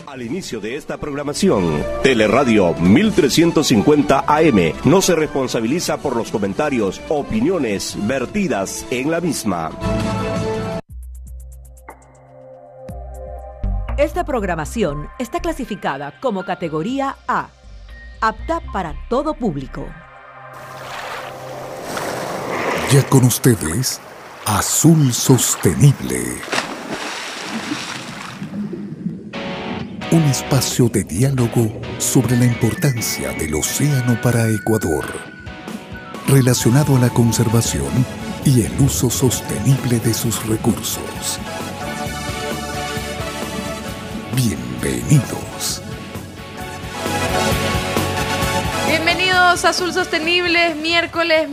Al inicio de esta programación, Teleradio 1350 AM no se responsabiliza por los comentarios, opiniones vertidas en la misma. Esta programación está clasificada como categoría A, apta para todo público. Ya con ustedes, Azul Sostenible. Un espacio de diálogo sobre la importancia del océano para Ecuador, relacionado a la conservación y el uso sostenible de sus recursos. Bienvenidos. Bienvenidos a Azul Sostenible, miércoles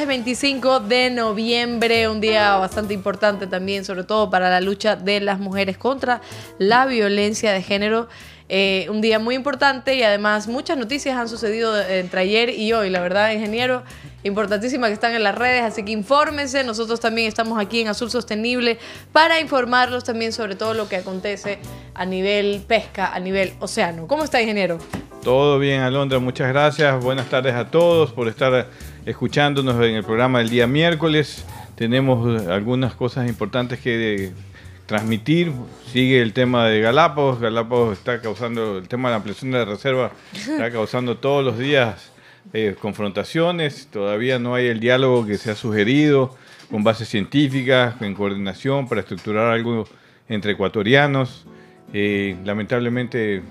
25 de noviembre, un día bastante importante también, sobre todo para la lucha de las mujeres contra la violencia de género. Un día muy importante y además muchas noticias han sucedido entre ayer y hoy, la verdad, ingeniero, importantísimas que están en las redes, así que infórmense. Nosotros también estamos aquí en Azul Sostenible para informarlos también sobre todo lo que acontece a nivel pesca, a nivel océano. ¿Cómo está, ingeniero? Todo bien, Alondra, muchas gracias. Buenas tardes a todos por estar escuchándonos en el programa del día miércoles. Tenemos algunas cosas importantes que transmitir. Sigue el tema de Galápagos. Galápagos está causando, el tema de la ampliación de la reserva está causando todos los días confrontaciones. Todavía no hay el diálogo que se ha sugerido con bases científicas, en coordinación para estructurar algo entre ecuatorianos. Lamentablemente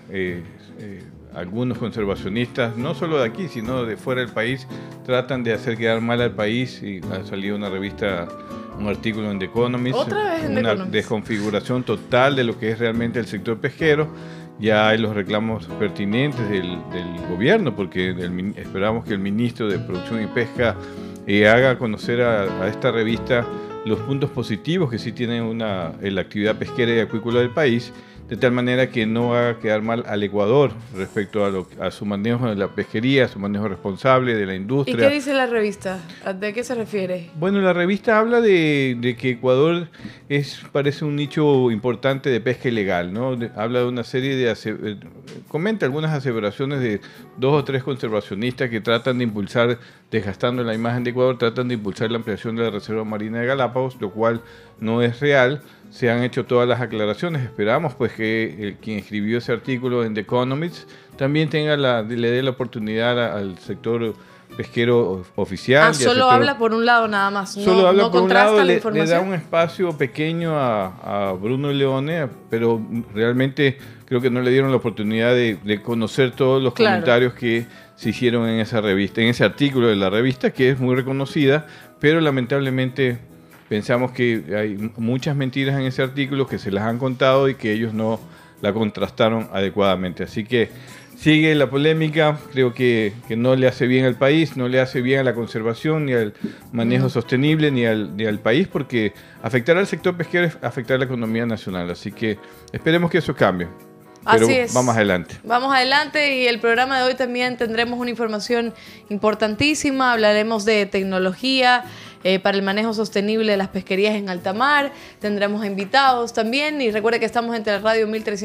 algunos conservacionistas, no solo de aquí, sino de fuera del país, tratan de hacer quedar mal al país, y ha salido una revista, un artículo en The Economist, ¿Otra vez en The una Economist? desconfiguración total de lo que es realmente el sector pesquero. Ya hay los reclamos pertinentes del gobierno, porque esperamos que el ministro de Producción y Pesca haga conocer a esta revista los puntos positivos que sí tiene la actividad pesquera y acuícola del país, de tal manera que no haga quedar mal al Ecuador respecto a su manejo de la pesquería, a su manejo responsable de la industria. ¿Y qué dice la revista? ¿De qué se refiere? Bueno, la revista habla de que Ecuador parece un nicho importante de pesca ilegal, ¿no? Habla de una serie de... comenta algunas aseveraciones de 2 o 3 conservacionistas que tratan de impulsar, desgastando la imagen de Ecuador, tratan de impulsar la ampliación de la Reserva Marina de Galápagos, lo cual no es real. Se han hecho todas las aclaraciones. Esperamos pues que quien escribió ese artículo en The Economist también le dé la oportunidad al sector pesquero oficial. Solo habla por un lado nada más. Solo habla por un lado, le da un espacio pequeño a Bruno Leone, pero realmente creo que no le dieron la oportunidad de conocer todos los comentarios que se hicieron en esa revista, en ese artículo de la revista, que es muy reconocida, pero lamentablemente pensamos que hay muchas mentiras en ese artículo que se las han contado y que ellos no la contrastaron adecuadamente. Así que sigue la polémica, creo que no le hace bien al país, no le hace bien a la conservación, ni al manejo sostenible, ni al país, porque afectar al sector pesquero es afectar a la economía nacional. Así que esperemos que eso cambie. Pero así es. Vamos adelante. Vamos adelante, y el programa de hoy también tendremos una información importantísima. Hablaremos de tecnología para el manejo sostenible de las pesquerías en alta mar. Tendremos invitados también, y recuerde que estamos en Teleradio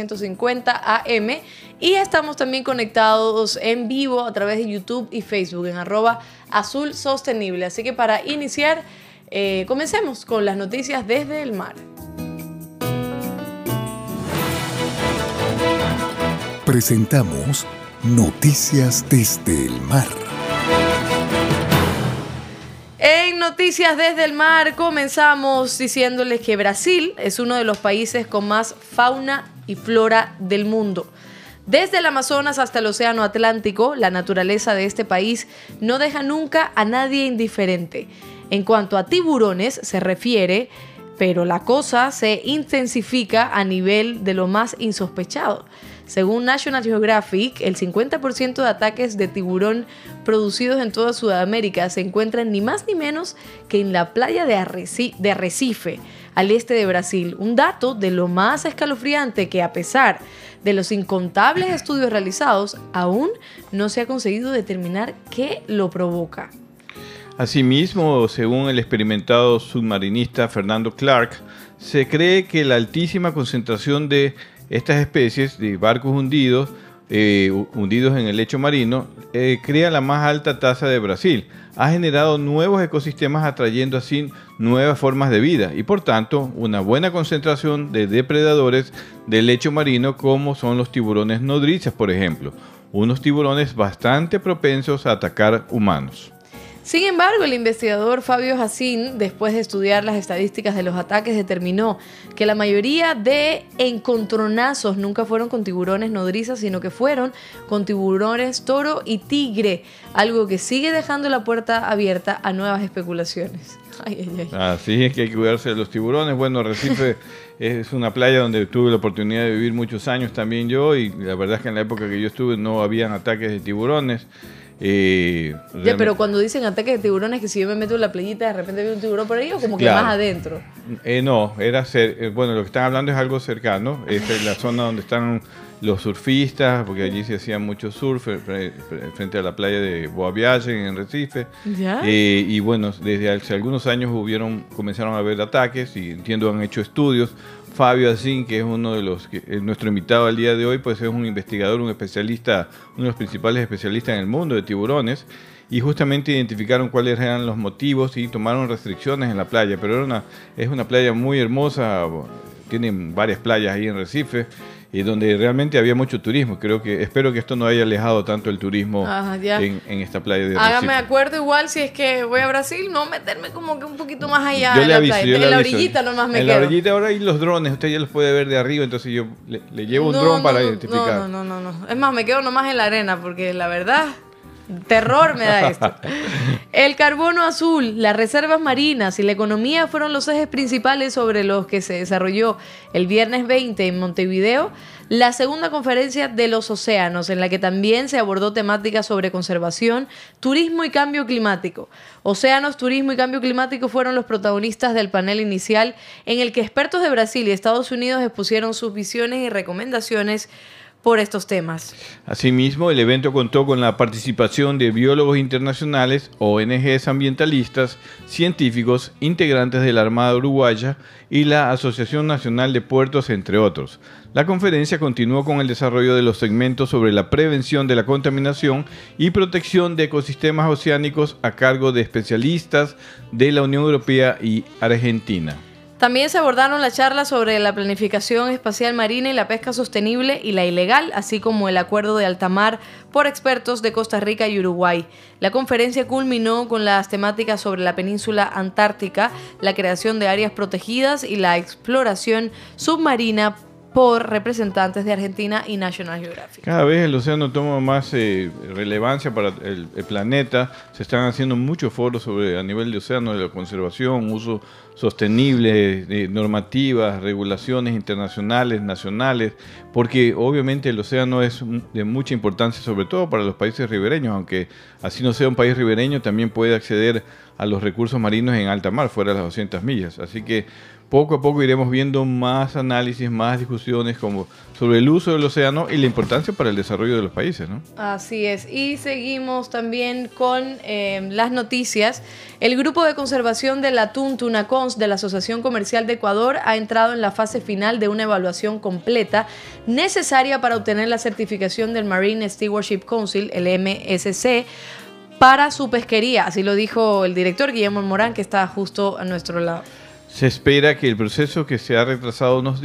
1350 AM y estamos también conectados en vivo a través de YouTube y Facebook en @azulsostenible. Así que para iniciar, comencemos con las noticias desde el mar. Presentamos Noticias desde el mar. En Noticias desde el mar comenzamos diciéndoles que Brasil es uno de los países con más fauna y flora del mundo. Desde el Amazonas hasta el Océano Atlántico, la naturaleza de este país no deja nunca a nadie indiferente. En cuanto a tiburones se refiere, pero la cosa se intensifica a nivel de lo más insospechado. Según National Geographic, el 50% de ataques de tiburón producidos en toda Sudamérica se encuentran ni más ni menos que en la playa de Arrecife, al este de Brasil. Un dato de lo más escalofriante que, a pesar de los incontables estudios realizados, aún no se ha conseguido determinar qué lo provoca. Asimismo, según el experimentado submarinista Fernando Clark, se cree que la altísima concentración de estas especies de barcos hundidos en el lecho marino, crea la más alta tasa de Brasil. Ha generado nuevos ecosistemas, atrayendo así nuevas formas de vida y por tanto una buena concentración de depredadores del lecho marino, como son los tiburones nodrizas, por ejemplo, unos tiburones bastante propensos a atacar humanos. Sin embargo, el investigador Fabio Jacín, después de estudiar las estadísticas de los ataques, determinó que la mayoría de encontronazos nunca fueron con tiburones nodrizas, sino que fueron con tiburones toro y tigre, algo que sigue dejando la puerta abierta a nuevas especulaciones. Ay, ay, ay. Así es que hay que cuidarse de los tiburones. Bueno, Recife es una playa donde tuve la oportunidad de vivir muchos años también yo, y la verdad es que en la época que yo estuve no habían ataques de tiburones. Ya, pero cuando dicen ataques de tiburones, que si yo me meto en la playita de repente veo un tiburón por ahí, o como que claro, más adentro. No, bueno, lo que están hablando es algo cercano. Esta es la zona donde están los surfistas, porque allí se hacía mucho surf frente a la playa de Boa Viagem en Recife. ¿Ya? Y bueno, desde hace algunos años comenzaron a haber ataques, y entiendo han hecho estudios. Fabio Jacín, que es uno de nuestro invitado al día de hoy, pues es un investigador, un especialista, uno de los principales especialistas en el mundo de tiburones, y justamente identificaron cuáles eran los motivos y tomaron restricciones en la playa. Pero es una playa muy hermosa, tienen varias playas ahí en Recife, y donde realmente había mucho turismo. Espero que esto no haya alejado tanto el turismo en esta playa de Recife. Hágame acuerdo igual, si es que voy a Brasil, no meterme como que un poquito más allá yo de le la aviso, playa. En la orillita nomás me quedo. En la orillita ahora hay los drones, usted ya los puede ver de arriba, entonces yo le llevo un dron para identificar. No. Es más, me quedo nomás en la arena, porque la verdad, terror me da esto. El carbono azul, las reservas marinas y la economía fueron los ejes principales sobre los que se desarrolló el viernes 20 en Montevideo la segunda conferencia de los océanos, en la que también se abordó temáticas sobre conservación, turismo y cambio climático. Océanos, turismo y cambio climático fueron los protagonistas del panel inicial, en el que expertos de Brasil y Estados Unidos expusieron sus visiones y recomendaciones por estos temas. Asimismo, el evento contó con la participación de biólogos internacionales, ONGs ambientalistas, científicos, integrantes de la Armada Uruguaya y la Asociación Nacional de Puertos, entre otros. La conferencia continuó con el desarrollo de los segmentos sobre la prevención de la contaminación y protección de ecosistemas oceánicos a cargo de especialistas de la Unión Europea y Argentina. También se abordaron las charlas sobre la planificación espacial marina y la pesca sostenible y la ilegal, así como el acuerdo de alta mar por expertos de Costa Rica y Uruguay. La conferencia culminó con las temáticas sobre la península antártica, la creación de áreas protegidas y la exploración submarina por representantes de Argentina y National Geographic. Cada vez el océano toma más relevancia para el planeta. Se están haciendo muchos foros a nivel de océano, de la conservación, uso sostenible, de normativas, regulaciones internacionales, nacionales, porque obviamente el océano es de mucha importancia, sobre todo para los países ribereños, aunque así no sea un país ribereño, también puede acceder a los recursos marinos en alta mar, fuera de las 200 millas. Así que poco a poco iremos viendo más análisis, más discusiones sobre el uso del océano y la importancia para el desarrollo de los países, ¿no? Así es. Y seguimos también con las noticias. El Grupo de Conservación del Atún Tunacons de la Asociación Comercial de Ecuador ha entrado en la fase final de una evaluación completa necesaria para obtener la certificación del Marine Stewardship Council, el MSC, para su pesquería. Así lo dijo el director Guillermo Morán, que está justo a nuestro lado. Se espera que el proceso, que se ha retrasado unos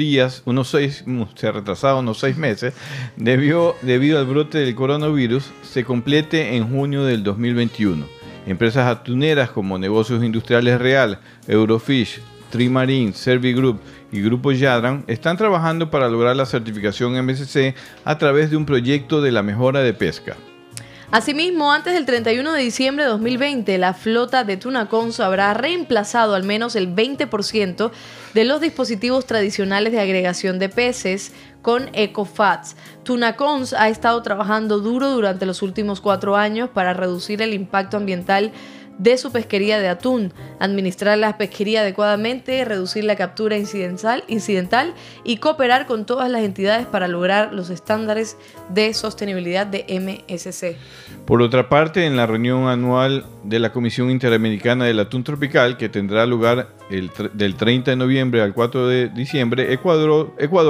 6 meses, debido al brote del coronavirus, se complete en junio del 2021. Empresas atuneras como Negocios Industriales Real, Eurofish, Trimarine, Servigroup y Grupo Yadran están trabajando para lograr la certificación MSC a través de un proyecto de la mejora de pesca. Asimismo, antes del 31 de diciembre de 2020, la flota de Tunacons habrá reemplazado al menos el 20% de los dispositivos tradicionales de agregación de peces con EcoFats. Tunacons ha estado trabajando duro durante los últimos 4 años para reducir el impacto ambiental de su pesquería de atún, administrar la pesquería adecuadamente, reducir la captura incidental y cooperar con todas las entidades para lograr los estándares de sostenibilidad de MSC. Por otra parte, en la reunión anual de la Comisión Interamericana del Atún Tropical, que tendrá lugar del 30 de noviembre al 4 de diciembre, Ecuador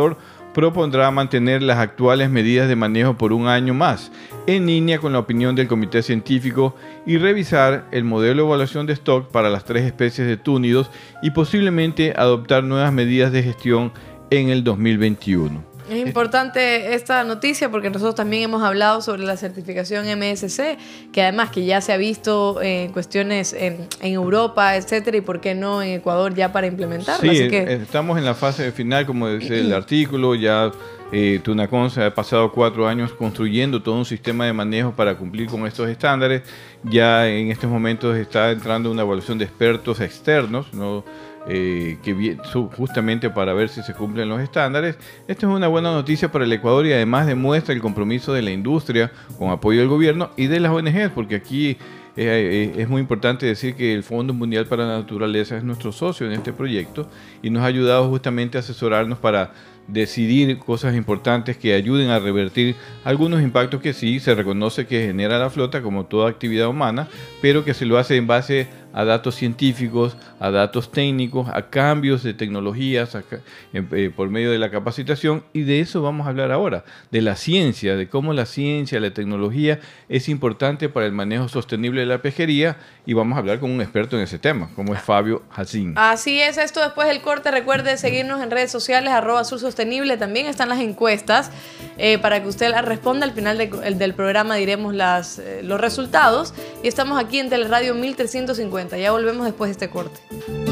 propondrá mantener las actuales medidas de manejo por un año más, en línea con la opinión del comité científico, y revisar el modelo de evaluación de stock para las 3 especies de túnidos y posiblemente adoptar nuevas medidas de gestión en el 2021. Es importante esta noticia porque nosotros también hemos hablado sobre la certificación MSC, que además que ya se ha visto en cuestiones en Europa, etcétera, y por qué no en Ecuador ya para implementarla. Sí, así que estamos en la fase final, como dice el artículo, ya Tunacón se ha pasado 4 años construyendo todo un sistema de manejo para cumplir con estos estándares. Ya en estos momentos está entrando una evaluación de expertos externos, ¿no? Justamente para ver si se cumplen los estándares. Esto es una buena noticia para el Ecuador y además demuestra el compromiso de la industria con apoyo del gobierno y de las ONGs, porque aquí es muy importante decir que el Fondo Mundial para la Naturaleza es nuestro socio en este proyecto y nos ha ayudado justamente a asesorarnos para decidir cosas importantes que ayuden a revertir algunos impactos que sí se reconoce que genera la flota como toda actividad humana, pero que se lo hace en base a datos científicos, a datos técnicos, a cambios de tecnologías por medio de la capacitación, y de eso vamos a hablar ahora, de la ciencia, de cómo la ciencia, la tecnología es importante para el manejo sostenible de la pesquería, y vamos a hablar con un experto en ese tema, como es Fabio Jacín. Así es, esto después del corte. Recuerde seguirnos en redes sociales, @azulsostenible. También están las encuestas para que usted las responda. Al final del programa diremos los resultados. Y estamos aquí en Teleradio 1350. Ya volvemos después de este corte.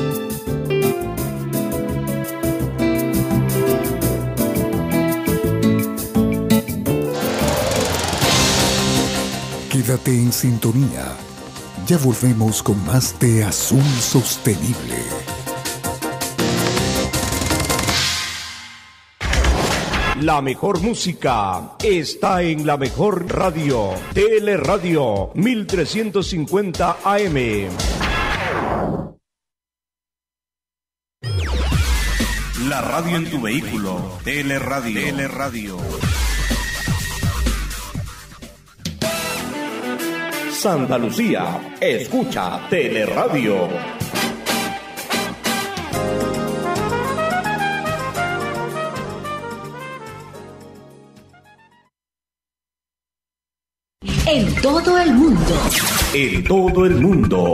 Quédate en sintonía. Ya volvemos con más de Azul Sostenible. La mejor música está en la mejor radio, Teleradio 1350 AM. La radio en tu vehículo, Teleradio. Santa Lucía, escucha Teleradio. En todo el mundo. En todo el mundo,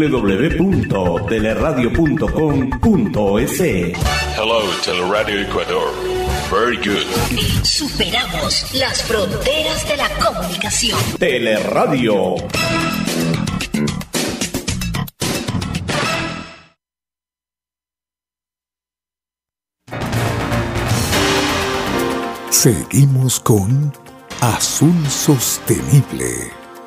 www.teleradio.com.es. Hello, Teleradio Ecuador. Very good. Superamos las fronteras de la comunicación. Teleradio. Seguimos con Azul Sostenible.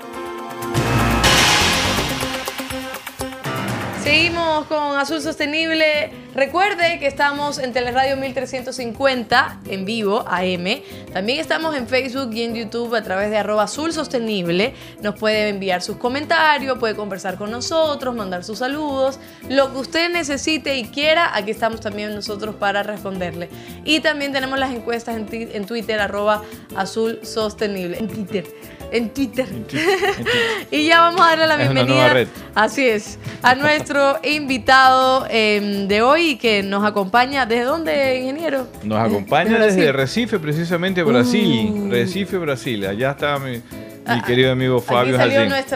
Seguimos con Azul Sostenible. Recuerde que estamos en Teleradio 1350 en vivo, AM. También estamos en Facebook y en YouTube a través de @azulsostenible. Nos puede enviar sus comentarios, puede conversar con nosotros, mandar sus saludos. Lo que usted necesite y quiera, aquí estamos también nosotros para responderle. Y también tenemos las encuestas en Twitter, @azulsostenible. En Twitter. Y ya vamos a darle la bienvenida. Es una nueva red. Así es. A nuestro invitado de hoy que nos acompaña. ¿Desde dónde, ingeniero? Nos acompaña desde Recife, precisamente Brasil. Recife, Brasil. Allá está mi querido amigo Fabio Jacín. Jacín.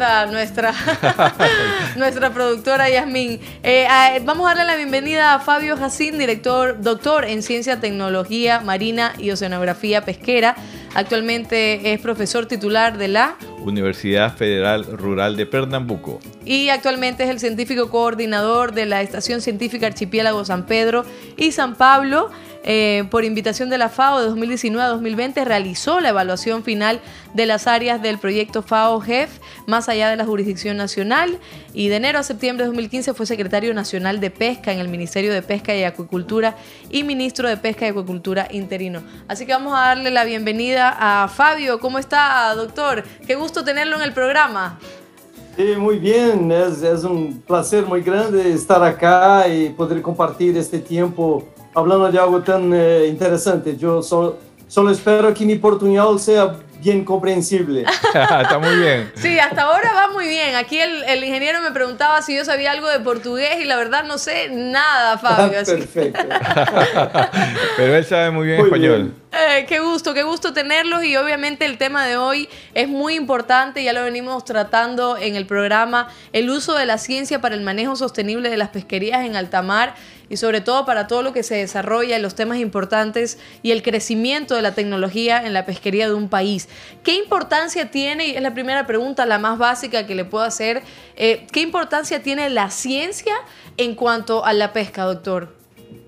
Nuestra productora Yasmín. Vamos a darle la bienvenida a Fabio Jacín, doctor en Ciencia, Tecnología Marina y Oceanografía Pesquera. Actualmente es profesor titular de la Universidad Federal Rural de Pernambuco. Y actualmente es el científico coordinador de la Estación Científica Archipiélago San Pedro y San Pablo. Por invitación de la FAO de 2019 a 2020 realizó la evaluación final de las áreas del proyecto FAO-GEF más allá de la jurisdicción nacional, y de enero a septiembre de 2015 fue secretario nacional de Pesca en el Ministerio de Pesca y Acuicultura y ministro de Pesca y Acuicultura interino. Así que vamos a darle la bienvenida a Fabio. ¿Cómo está, doctor? Qué gusto tenerlo en el programa. Sí, muy bien, es un placer muy grande estar acá y poder compartir este tiempo hablando de algo tan interesante. Yo solo espero que mi portuñol sea bien comprensible. Está muy bien. Sí, hasta ahora va muy bien. Aquí el ingeniero me preguntaba si yo sabía algo de portugués y la verdad no sé nada, Fabio. Así. Perfecto. Pero él sabe muy bien Muy español. bien. Qué gusto tenerlos y obviamente el tema de hoy es muy importante, ya lo venimos tratando en el programa, el uso de la ciencia para el manejo sostenible de las pesquerías en alta mar y sobre todo para todo lo que se desarrolla y los temas importantes y el crecimiento de la tecnología en la pesquería de un país. ¿Qué importancia tiene, y es la primera pregunta, la más básica que le puedo hacer, qué importancia tiene la ciencia en cuanto a la pesca, doctor?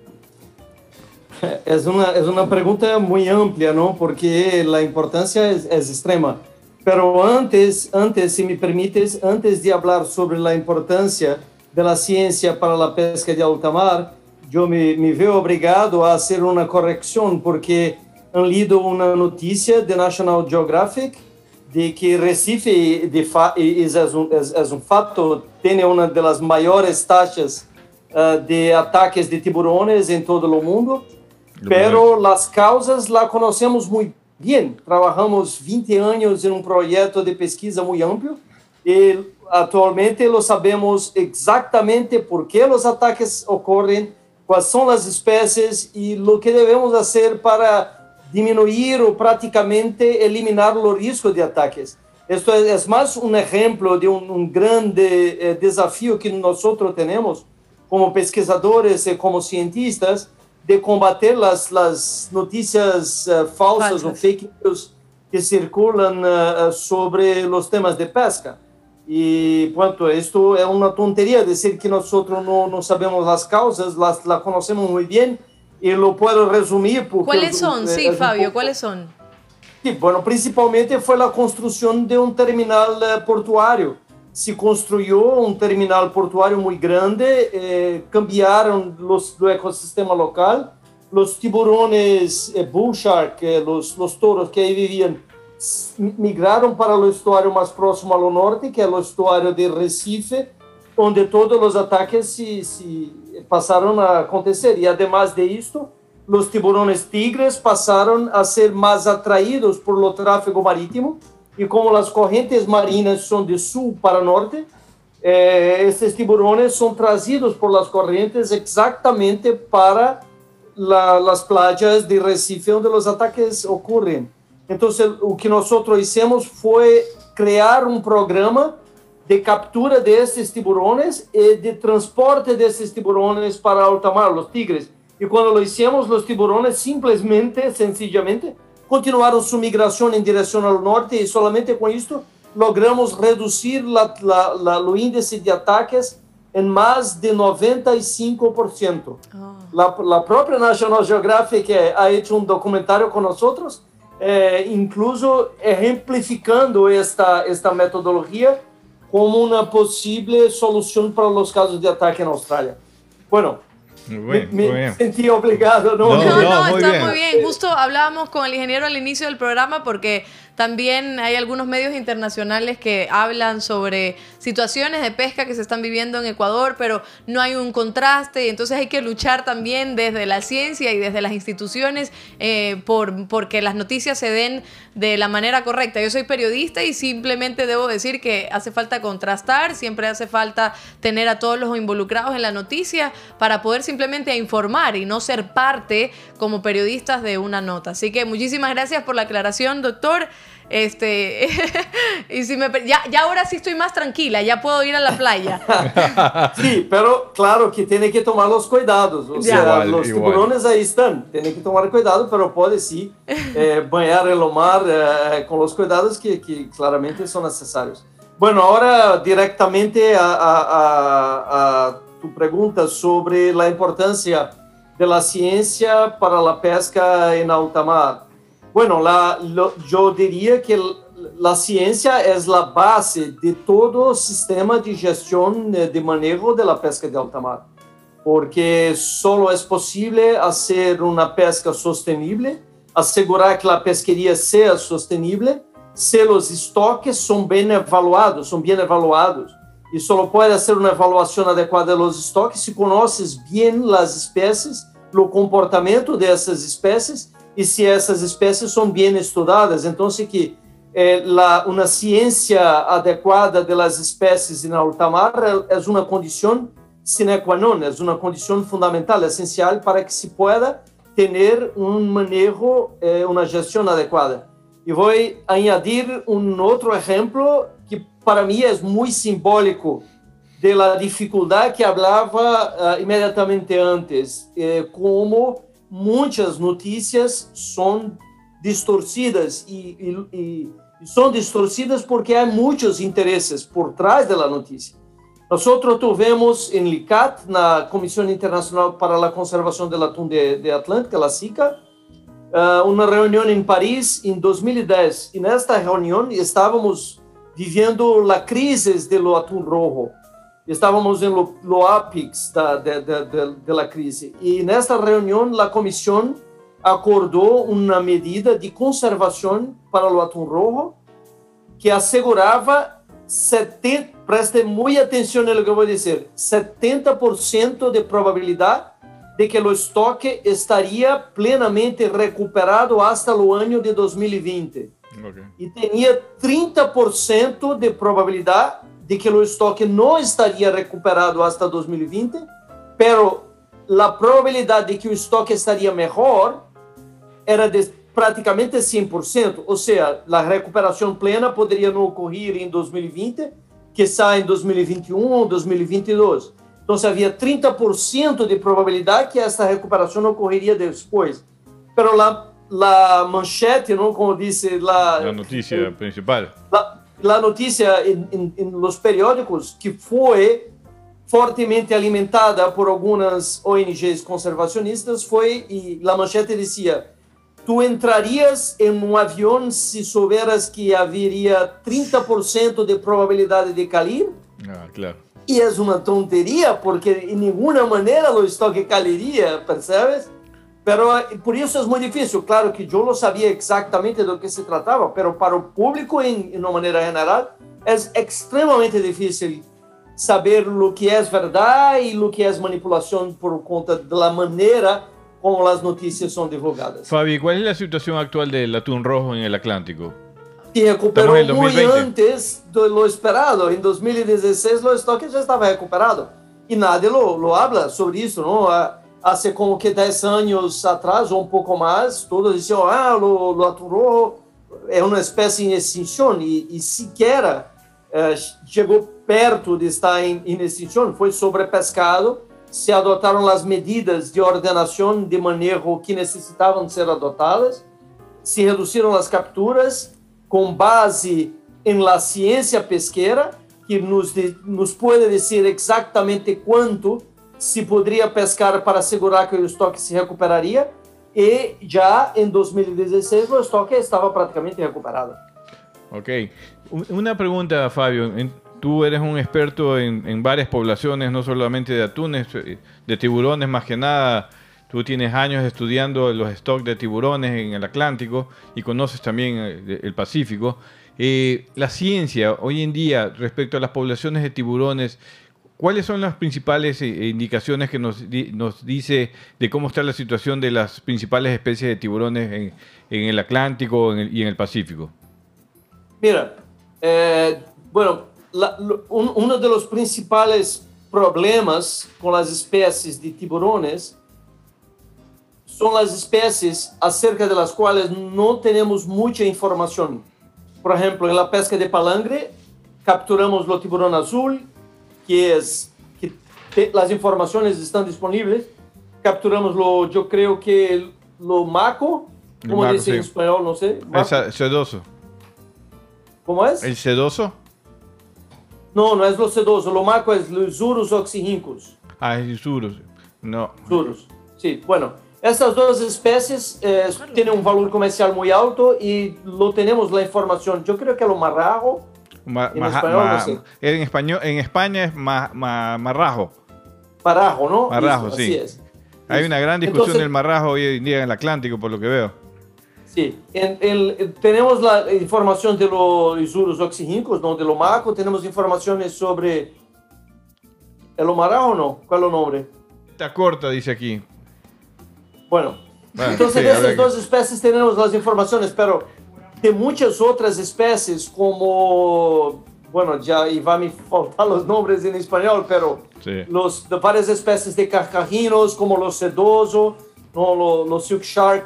Es una pregunta muy amplia, ¿no? Porque la importancia es extrema. Pero antes, si me permites, antes de hablar sobre la importancia de la ciencia para la pesca de alta mar, yo me veo obligado a hacer una corrección porque han leído una noticia de National Geographic de que Recife es un fato, tiene una de las mayores tasas de ataques de tiburones en todo el mundo. Pero las causas las conocemos muy bien. Trabajamos 20 años en un proyecto de pesquisa muy amplio y actualmente lo sabemos exactamente por qué los ataques ocurren, cuáles son las especies y lo que debemos hacer para disminuir o prácticamente eliminar los riesgos de ataques. Esto es más un ejemplo de un grande desafío que nosotros tenemos como pesquisadores y como cientistas, de combater las noticias falsas o fake news que circulan sobre los temas de pesca. Y, bueno, esto es una tontería decir que nosotros no sabemos las causas, las conocemos muy bien y lo puedo resumir. ¿Cuáles son? Sí, Fabio, ¿cuáles son? Sí, bueno, principalmente fue la construcción de un terminal portuario. Se construyó un terminal portuario muy grande, cambiaron el ecosistema local, los tiburones bull shark, los toros que ahí vivían, migraron para el estuario más próximo al norte, que es el estuario de Recife, donde todos los ataques se pasaron a acontecer. Y además de esto, los tiburones tigres pasaron a ser más atraídos por el tráfico marítimo. Y como las corrientes marinas son de sur para norte, estos tiburones son traídos por las corrientes exactamente para las playas de Recife donde los ataques ocurren. Entonces, lo que nosotros hicimos fue crear un programa de captura de estos tiburones y de transporte de estos tiburones para alta mar, los tigres. Y cuando lo hicimos, los tiburones sencillamente, continuaron su migración en dirección al norte y solamente con esto logramos reducir el índice de ataques en más de 95%. La propia National Geographic ha hecho un documentario con nosotros, incluso ejemplificando esta metodología como una posible solución para los casos de ataque en Australia. Bueno, me sentí obligado. No, está muy bien. Justo hablábamos con el ingeniero al inicio del programa porque también hay algunos medios internacionales que hablan sobre situaciones de pesca que se están viviendo en Ecuador, pero no hay un contraste y entonces hay que luchar también desde la ciencia y desde las instituciones porque las noticias se den de la manera correcta. Yo soy periodista y simplemente debo decir que hace falta contrastar, siempre hace falta tener a todos los involucrados en la noticia para poder simplemente informar y no ser parte como periodistas de una nota. Así que muchísimas gracias por la aclaración, doctor. Y si ya ahora sí estoy más tranquila, ya puedo ir a la playa. Sí, pero claro que tiene que tomar los cuidados. O sea, los tiburones ahí están, tiene que tomar cuidado, pero puede sí bañar el mar con los cuidados que claramente son necesarios. Bueno, ahora directamente a tu pregunta sobre la importancia de la ciencia para la pesca en alta mar. Bueno, yo diría que la ciencia es la base de todo sistema de gestión de manejo de la pesca de alta mar, porque solo es posible hacer una pesca sostenible, asegurar que la pesquería sea sostenible, si los estoques son bien evaluados, y solo puede hacer una evaluación adecuada de los estoques si conoces bien las especies, el comportamiento de esas especies, y si essas espécies são bem estudadas. Então, que Una ciencia adecuada de las especies en alta mar es una condición sine qua non, es una condición fundamental, esencial para que se pueda tener un manejo, una gestión adecuada. Y voy a añadir un otro ejemplo que para mí es muy simbólico de la dificultad que hablaba inmediatamente antes, como muchas noticias son distorcidas y son distorcidas porque hay muchos intereses por trás de la noticia. Nosotros tuvimos en LICAT, na Comisión Internacional para la Conservación del Atún de Atlántica, la SICA, una reunión en París en 2010. Y en esta reunión estábamos viviendo la crisis del atún rojo. Estábamos en lo apex de la crisis. Y en esta reunión la Comisión acordó una medida de conservación para el atún rojo que aseguraba, preste muy atención a lo que voy a decir, 70% de probabilidad de que el estoque estaría plenamente recuperado hasta el año de 2020. Okay. Y tenía 30% de probabilidad de que el estoque no estaría recuperado hasta 2020, pero la probabilidad de que el estoque estaría mejor era de praticamente 100%, ou seja, a recuperação plena poderia não ocorrer em 2020, quizá em 2021 ou 2022. Então, havia 30% de probabilidade que essa recuperação ocorreria depois. Pero la manchete, não, como disse a notícia principal. La notícia em los periódicos, que foi fortemente alimentada por algumas ONGs conservacionistas, foi, e a manchete dizia: tu entrarias em um avião se souberas que haveria 30% de probabilidade de cair? Ah, claro. E é uma tonteria, porque de nenhuma maneira o estoque cairia, percebes? Pero por isso é muito difícil. Claro que eu não sabia exatamente do que se tratava, pero para o público, em uma maneira geral, é extremamente difícil saber o que é verdade e o que é manipulação por conta da maneira como as notícias são divulgadas. Fabi, ¿cuál es la situación actual del atún rojo en el Atlántico? Se recuperou muito antes de lo esperado. Em 2016, o estoque já estava recuperado. E nadie lo habla sobre isso, não? Há como que 10 anos atrás, ou um pouco mais, todos diziam, o atún rojo é uma espécie em extinção, e sequer chegou perto de estar em extinção, foi sobrepescado. Se adotaram as medidas de ordenação de manejo que necessitavam ser adotadas, se reduziram as capturas com base em la ciência pesqueira, que nos pode dizer exatamente quanto se poderia pescar para assegurar que o estoque se recuperaria, e já em 2016 o estoque estava praticamente recuperado. Ok. Una pregunta, Fabio. Tú eres un experto en varias poblaciones, no solamente de atunes, de tiburones más que nada. Tú tienes años estudiando los stocks de tiburones en el Atlántico y conoces también el Pacífico. La ciencia hoy en día respecto a las poblaciones de tiburones, ¿cuáles son las principales indicaciones que nos dice de cómo está la situación de las principales especies de tiburones en el Atlántico y en el Pacífico? Mira, bueno, uno de los principales problemas con las especies de tiburones son las especies acerca de las cuales no tenemos mucha información. Por ejemplo, en la pesca de palangre, capturamos el tiburón azul, las informaciones están disponibles. Capturamos yo creo que lo maco, como dice en español, no sé. Es sedoso. ¿Cómo es? ¿El sedoso? No, no es lo sedoso. Lo maco es los Isurus oxirhynchus. Ah, es Isurus. No. Isurus. Sí, bueno. Estas dos especies tienen un valor comercial muy alto y lo tenemos la información. Yo creo que lo marrajo. En español, no sé. En España es marrajo. Marrajo, ¿no? Marrajo, eso, sí. Así es. Hay una gran discusión del marrajo hoy en día en el Atlántico, por lo que veo. Sí, tenemos la información de los Isurus oxirhynchus, no de lo maco. Tenemos informaciones sobre el marrajo, ¿no? ¿Cuál es el nombre? Está corta, dice aquí. Bueno, entonces sí, de esas dos especies tenemos las informaciones, pero de muchas otras especies como, bueno, ya iba a me faltar los nombres en español, pero de varias especies de carcajinos como los sedoso, ¿no? los silk shark,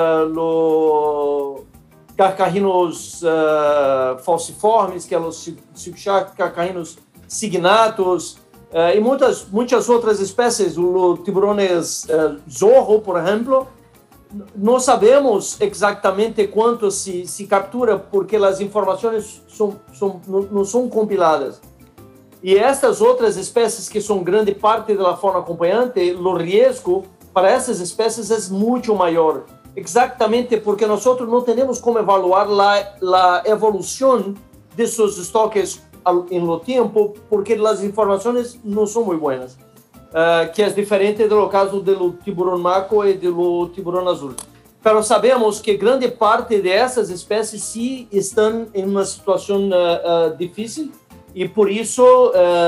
los carcajinos falciformes, que son los silk shark, carcajinos signatus, y muchas otras especies, los tiburones zorro, por ejemplo. No sabemos exactamente cuánto se captura porque las informaciones no son compiladas. Y estas otras especies que son grande parte de la fauna acompañante, el riesgo para esas especies es mucho mayor. Exactamente porque nosotros no tenemos cómo evaluar la evolución de sus estoques en lo tiempo porque las informaciones no son muy buenas. Que es diferente do caso do tiburão maco e do tiburão azul. Pero sabemos que grande parte dessas espécies sí estão em uma situação difícil e por isso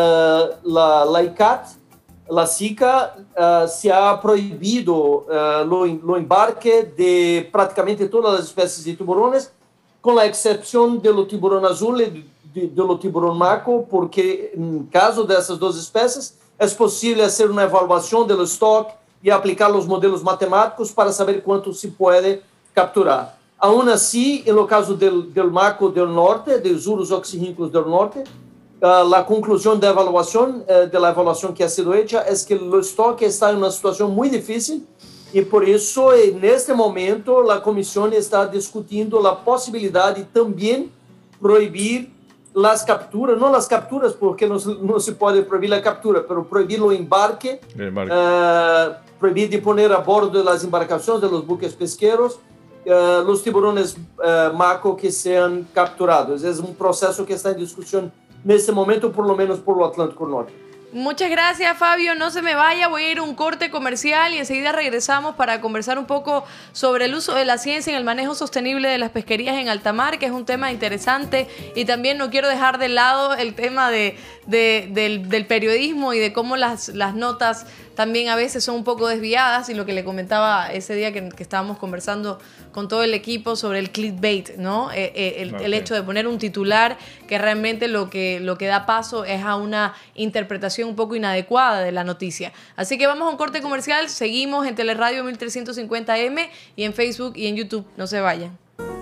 la ICAT, la SICA, se ha proibido o embarque de praticamente todas as espécies de tiburones, com a exceção do tiburão azul e do tiburão maco, porque em caso dessas duas espécies é possível fazer uma avaliação do estoque e aplicar os modelos matemáticos para saber quanto se pode capturar. Aún assim, no caso do maco do norte, dos urus oxirríncula do norte, a conclusão da avaliação que ha sido hecha é que o estoque está em uma situação muito difícil e por isso, neste momento, a comissão está discutindo a possibilidade de também proibir las capturas, no las capturas porque no se puede prohibir la captura, pero prohibir el embarque. Prohibir de poner a bordo de las embarcaciones de los buques pesqueros los tiburones maco que sean capturados. Es un proceso que está en discusión en este momento, por lo menos por el Atlántico Norte. Muchas gracias, Fabio. No se me vaya, voy a ir a un corte comercial y enseguida regresamos para conversar un poco sobre el uso de la ciencia en el manejo sostenible de las pesquerías en alta mar, que es un tema interesante, y también no quiero dejar de lado el tema del periodismo y de cómo las notas también a veces son un poco desviadas, y lo que le comentaba ese día que estábamos conversando con todo el equipo sobre el clickbait, ¿no? El hecho de poner un titular que realmente lo que da paso es a una interpretación un poco inadecuada de la noticia. Así que vamos a un corte comercial, seguimos en Teleradio 1350M y en Facebook y en YouTube. No se vayan.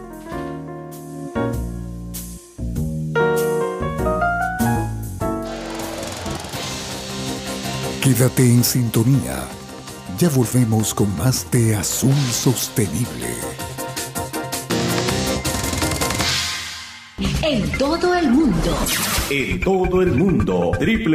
Quédate en sintonía. Ya volvemos con más de Azul Sostenible. En todo el mundo. En todo el mundo.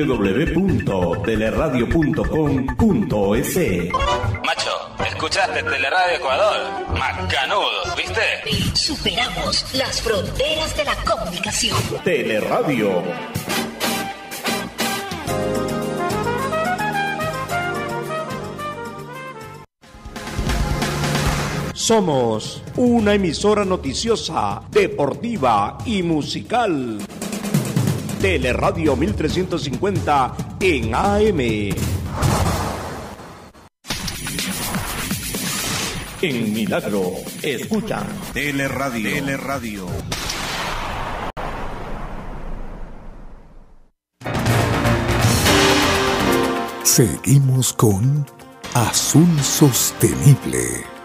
www.teleradio.com.es. Macho, ¿escuchaste Teleradio Ecuador? Macanudos, ¿viste? Superamos las fronteras de la comunicación. Teleradio. Somos una emisora noticiosa, deportiva y musical. Teleradio 1350 en AM. En Milagro, escucha Teleradio. Seguimos con Azul Sostenible.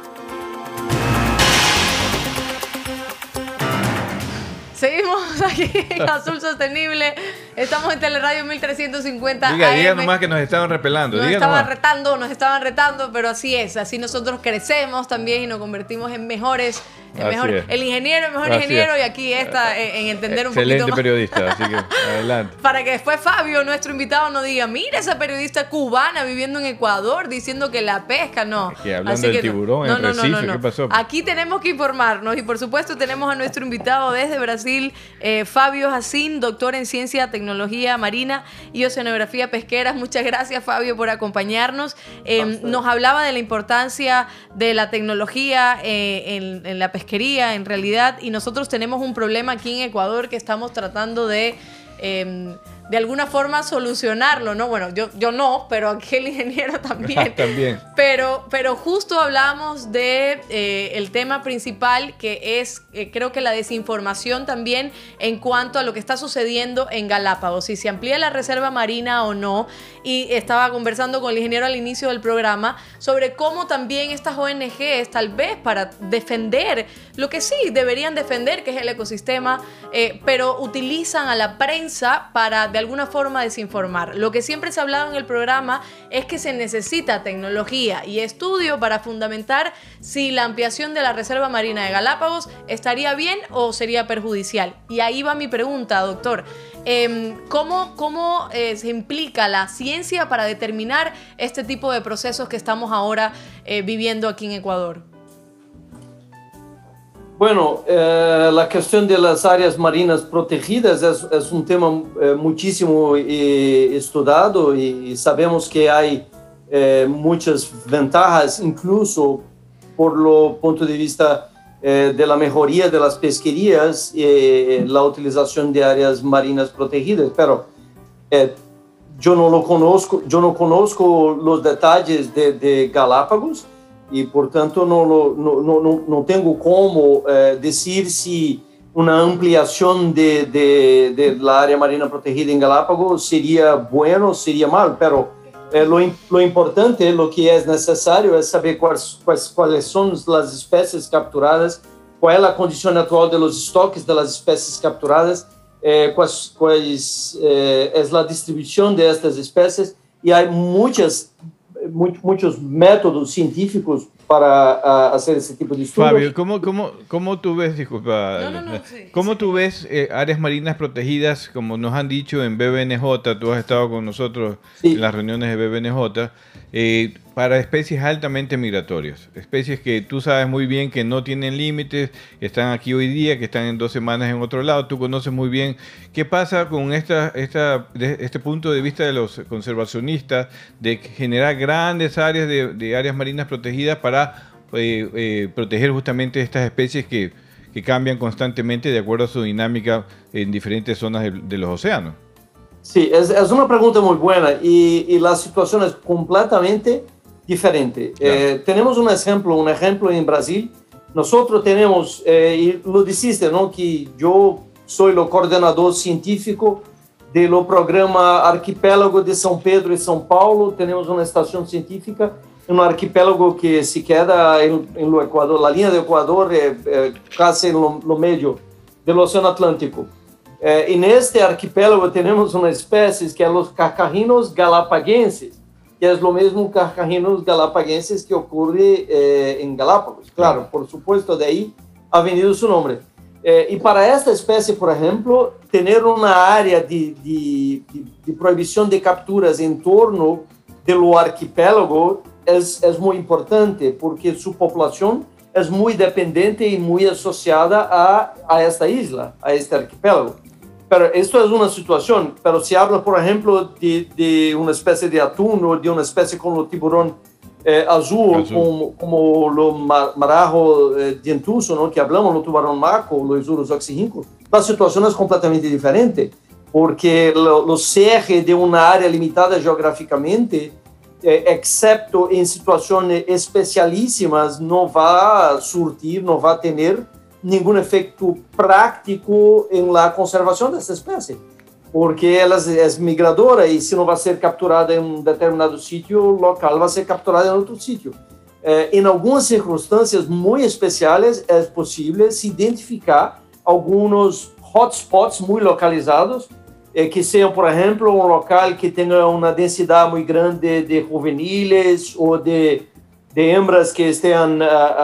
Seguimos aquí en Azul Sostenible. Estamos en Teleradio 1350 AM. Diga nomás que nos estaban repelando. Nos estaban retando, pero así es. Así nosotros crecemos también y nos convertimos en mejores. El ingeniero, el mejor ingeniero, y aquí está en entender un poquito más. Excelente periodista, así que adelante. Para que después Fabio, nuestro invitado, nos diga, mira esa periodista cubana viviendo en Ecuador diciendo que la pesca, no. Aquí hablando del tiburón en Recife, ¿qué pasó? Aquí tenemos que informarnos y por supuesto tenemos a nuestro invitado desde Brasil, Fabio Jacín, doctor en Ciencia, Tecnología Marina y Oceanografía Pesquera. Muchas gracias, Fabio, por acompañarnos. Nos hablaba de la importancia de la tecnología en la pesquería, en realidad, y nosotros tenemos un problema aquí en Ecuador que estamos tratando de de alguna forma solucionarlo, ¿no? Bueno, yo no, pero aquel ingeniero también. También. Pero justo hablamos de el tema principal, que es creo que la desinformación también en cuanto a lo que está sucediendo en Galápagos, si se amplía la reserva marina o no. Y estaba conversando con el ingeniero al inicio del programa sobre cómo también estas ONGs, tal vez para defender lo que sí deberían defender, que es el ecosistema, pero utilizan a la prensa para de alguna forma desinformar. Lo que siempre se ha hablado en el programa es que se necesita tecnología y estudio para fundamentar si la ampliación de la Reserva Marina de Galápagos estaría bien o sería perjudicial. Y ahí va mi pregunta, doctor. ¿Cómo se implica la ciencia para determinar este tipo de procesos que estamos ahora viviendo aquí en Ecuador? Bueno, la cuestión de las áreas marinas protegidas es un tema muchísimo estudiado y sabemos que hay muchas ventajas, incluso por lo punto de vista de la mejoría de las pesquerías, la utilización de áreas marinas protegidas, pero yo no conozco los detalles de Galápagos y por tanto no tengo cómo decir si una ampliación de la área marina protegida en Galápagos sería bueno o sería mal, pero lo importante, lo que es necesario es saber cuáles son las especies capturadas, cuál es la condición actual de los estoques de las especies capturadas, cuál es la distribución de estas especies, y hay muchos métodos científicos para hacer ese tipo de estudios. Fabio, ¿cómo tú ves, disculpa, ¿cómo tú ves áreas marinas protegidas, como nos han dicho en BBNJ, tú has estado con nosotros en las reuniones de BBNJ, para especies altamente migratorias, especies que tú sabes muy bien que no tienen límites, que están aquí hoy día, que están en 2 semanas en otro lado, tú conoces muy bien qué pasa con este punto de vista de los conservacionistas, de generar grandes áreas de áreas marinas protegidas para proteger justamente estas especies que cambian constantemente de acuerdo a su dinámica en diferentes zonas de los océanos. Sí, es una pregunta muy buena y la situación es completamente diferente. Claro. Tenemos un ejemplo en Brasil. Nosotros tenemos, y lo dijiste, ¿no? Que yo soy el coordinador científico del programa Arquipélago de São Pedro y São Paulo. Tenemos una estación científica en un arquipélago que se queda en lo Ecuador, la línea de Ecuador, casi en lo medio del Océano Atlántico. En este arquipélago tenemos una especie que es los carcarrinos galapaguenses, que es lo mismo carcarrinos galapaguenses que ocurre en Galápagos. Claro, por supuesto, de ahí ha venido su nombre. Y para esta especie, por ejemplo, tener una área de prohibición de capturas en torno del arquipélago es muy importante, porque su población es muy dependiente y muy asociada a esta isla, a este arquipélago. Pero esto es una situación, pero si habla, por ejemplo, de una especie de atún o de una especie como el tiburón azul. Como lo marajo dientuso, ¿no? Que hablamos, el tubarón maco, los isurus oxirríncos, la situación es completamente diferente, porque los CR de una área limitada geográficamente, excepto en situaciones especialísimas, no va a surtir, no va a tener ningún efecto práctico en la conservación de esta especie, porque ela es migradora y si no va a ser capturada en un determinado sitio local, va a ser capturada en otro sitio. En algunas circunstancias muy especiales es posible se identificar algunos hotspots muy localizados, que sean, por ejemplo, un local que tenga una densidad muy grande de juveniles o de hembras que estén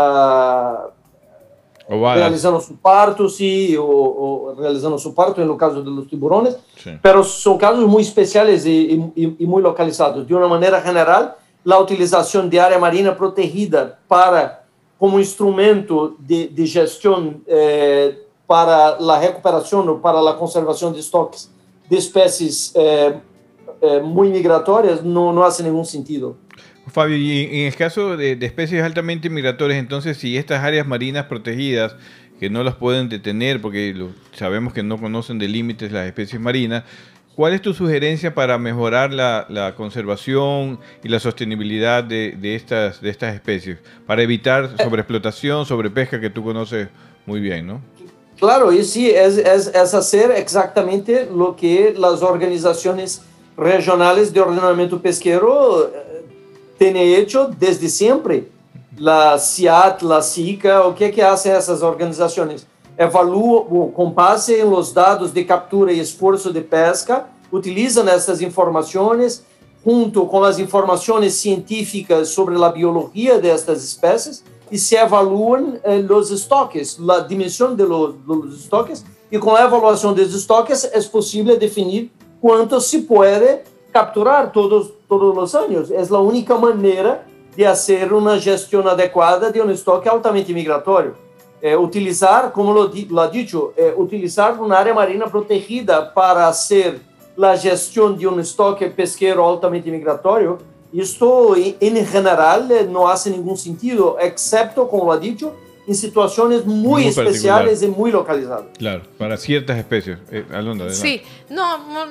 realizando su parto, sí, o realizando su parto en el caso de los tiburones, sí. Pero son casos muy especiales y muy localizados. De una manera general, la utilización de área marina protegida como instrumento de gestión para la recuperación o para la conservación de estoques de especies muy migratorias no hace ningún sentido. Fabio, y en el caso de especies altamente migratorias, entonces, si estas áreas marinas protegidas, que no las pueden detener porque sabemos que no conocen de límites las especies marinas, ¿Cuál es tu sugerencia para mejorar la conservación y la sostenibilidad de estas especies? Para evitar sobreexplotación, sobrepesca, que tú conoces muy bien, ¿no? Claro, y sí, es hacer exactamente lo que las organizaciones regionales de ordenamiento pesquero tienen hecho desde siempre. La CIAT, la SICA, o que hacen essas organizações? Evaluam, com base em los dados de captura e esforço de pesca, utilizam essas informações junto com as informações científicas sobre a biologia destas espécies e se evaluam os estoques, a dimensão dos estoques, e com a avaliação dos estoques é possível definir quanto se pode capturar todos os anos. É a única maneira de fazer uma gestão adequada de um estoque altamente migratório. Utilizar, como lo ha dicho, utilizar uma área marina protegida para fazer a gestão de um estoque pesqueiro altamente migratório, isto, em geral, não faz nenhum sentido, excepto, como lo ha dicho, en situaciones muy especiales y muy localizadas. Claro, para ciertas especies. Alondra, adelante. Sí, no,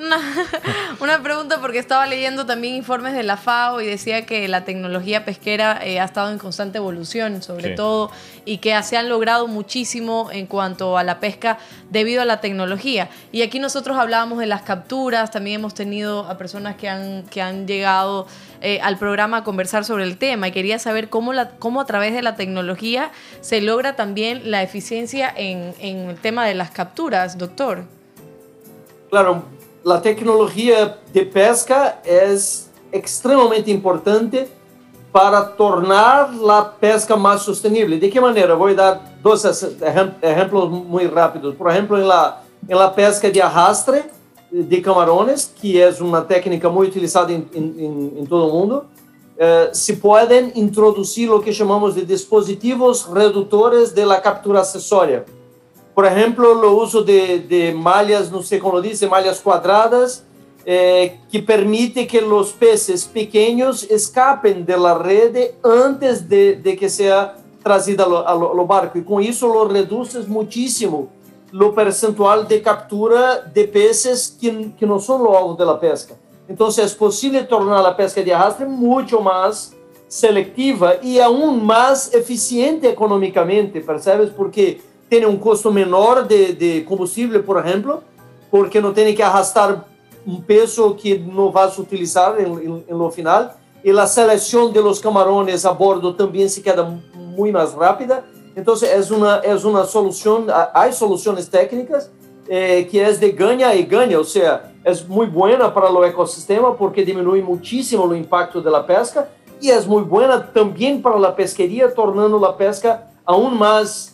una pregunta porque estaba leyendo también informes de la FAO y decía que la tecnología pesquera ha estado en constante evolución, sobre todo, y que se han logrado muchísimo en cuanto a la pesca debido a la tecnología. Y aquí nosotros hablábamos de las capturas, también hemos tenido a personas que han llegado al programa a conversar sobre el tema y quería saber cómo a través de la tecnología se logra también la eficiencia en el tema de las capturas, doctor. Claro, la tecnología de pesca es extremadamente importante para tornar la pesca más sostenible. ¿De qué manera? Voy a dar dos ejemplos muy rápidos. Por ejemplo, en la pesca de arrastre de camarones, que es una técnica muy utilizada en todo el mundo, se pueden introducir lo que llamamos de dispositivos reductores de la captura accesoria. Por ejemplo, el uso de mallas, no sé cómo lo dice, mallas cuadradas, que permite que los peces pequeños escapen de la red antes de que sea trazida al barco. Y con eso lo reduces muchísimo lo percentual de captura de peces que no son los alvos de la pesca. Entonces es posible tornar la pesca de arrastre mucho más selectiva y aún más eficiente económicamente, ¿percebes? Porque tiene un costo menor de combustible, por ejemplo, porque no tiene que arrastrar un peso que no vas a utilizar en lo final, y la selección de los camarones a bordo también se queda muy más rápida. Entonces es una solución, hay soluciones técnicas que es de gana y gana, o sea, es muy buena para el ecosistema porque disminuye muchísimo el impacto de la pesca y es muy buena también para la pesquería, tornando la pesca aún más,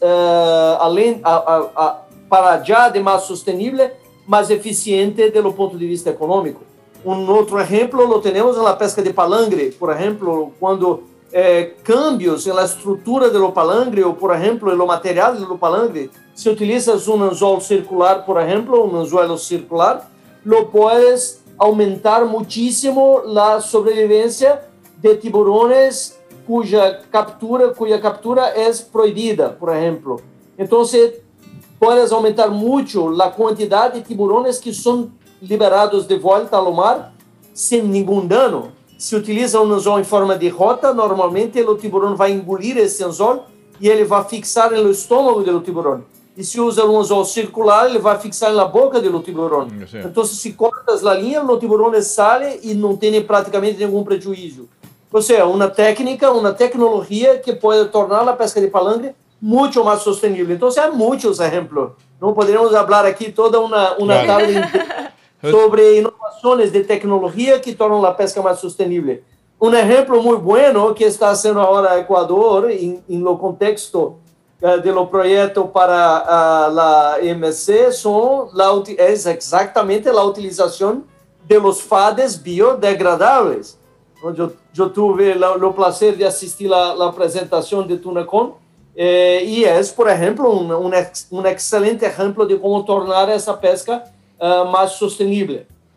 para allá de más sostenible, más eficiente desde el punto de vista económico. Un otro ejemplo lo tenemos en la pesca de palangre, por ejemplo, cuando cambios en la estructura del palangre o, por ejemplo, en lo material del palangre, si utilizas un anzuelo circular, por ejemplo, un anzuelo circular, lo puedes aumentar muchísimo la sobrevivencia de tiburones cuya captura es prohibida, por ejemplo. Entonces, puedes aumentar mucho la cantidad de tiburones que son liberados de vuelta al mar sin ningún daño. Se utiliza um anzol em forma de rota, normalmente o tiburão vai engolir esse anzol e ele vai fixar no estômago do tiburão. E se usa um anzol circular, ele vai fixar na boca do tiburão. Então, se cortas a linha, o tiburão sai e não tem praticamente nenhum prejuízo. Ou seja, uma técnica, uma tecnologia que pode tornar a pesca de palangre muito mais sustentável. Então, há muitos exemplos. Não poderíamos falar aqui toda uma tarde inteira sobre inovaciones de tecnología que tornan la pesca más sostenible. Un ejemplo muy bueno que está haciendo ahora Ecuador en lo contexto de los proyectos para la EMC es exactamente la utilización de los FADES biodegradables. Yo tuve el placer de asistir a la presentación de Tunacon y es, por ejemplo, un excelente ejemplo de cómo tornar esa pesca más sostenible.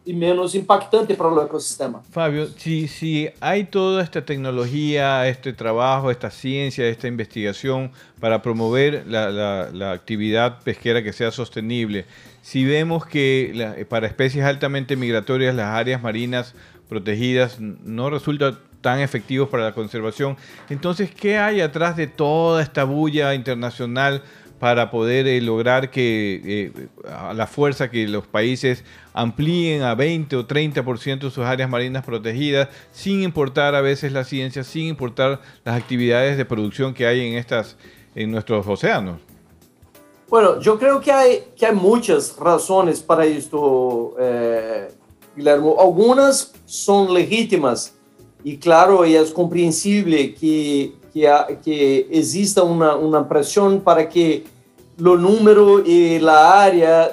y menos impactante para el ecosistema. Fabio, si hay toda esta tecnología, este trabajo, esta ciencia, esta investigación para promover la actividad pesquera que sea sostenible, si vemos que para especies altamente migratorias las áreas marinas protegidas no resultan tan efectivos para la conservación, entonces, ¿qué hay atrás de toda esta bulla internacional para poder lograr que a la fuerza que los países amplíen a 20 o 30% sus áreas marinas protegidas, sin importar a veces la ciencia, sin importar las actividades de producción que hay en nuestros océanos? Bueno, yo creo que hay muchas razones para esto, Guillermo. Algunas son legítimas y claro, y es comprensible que exista una presión para que el número y la área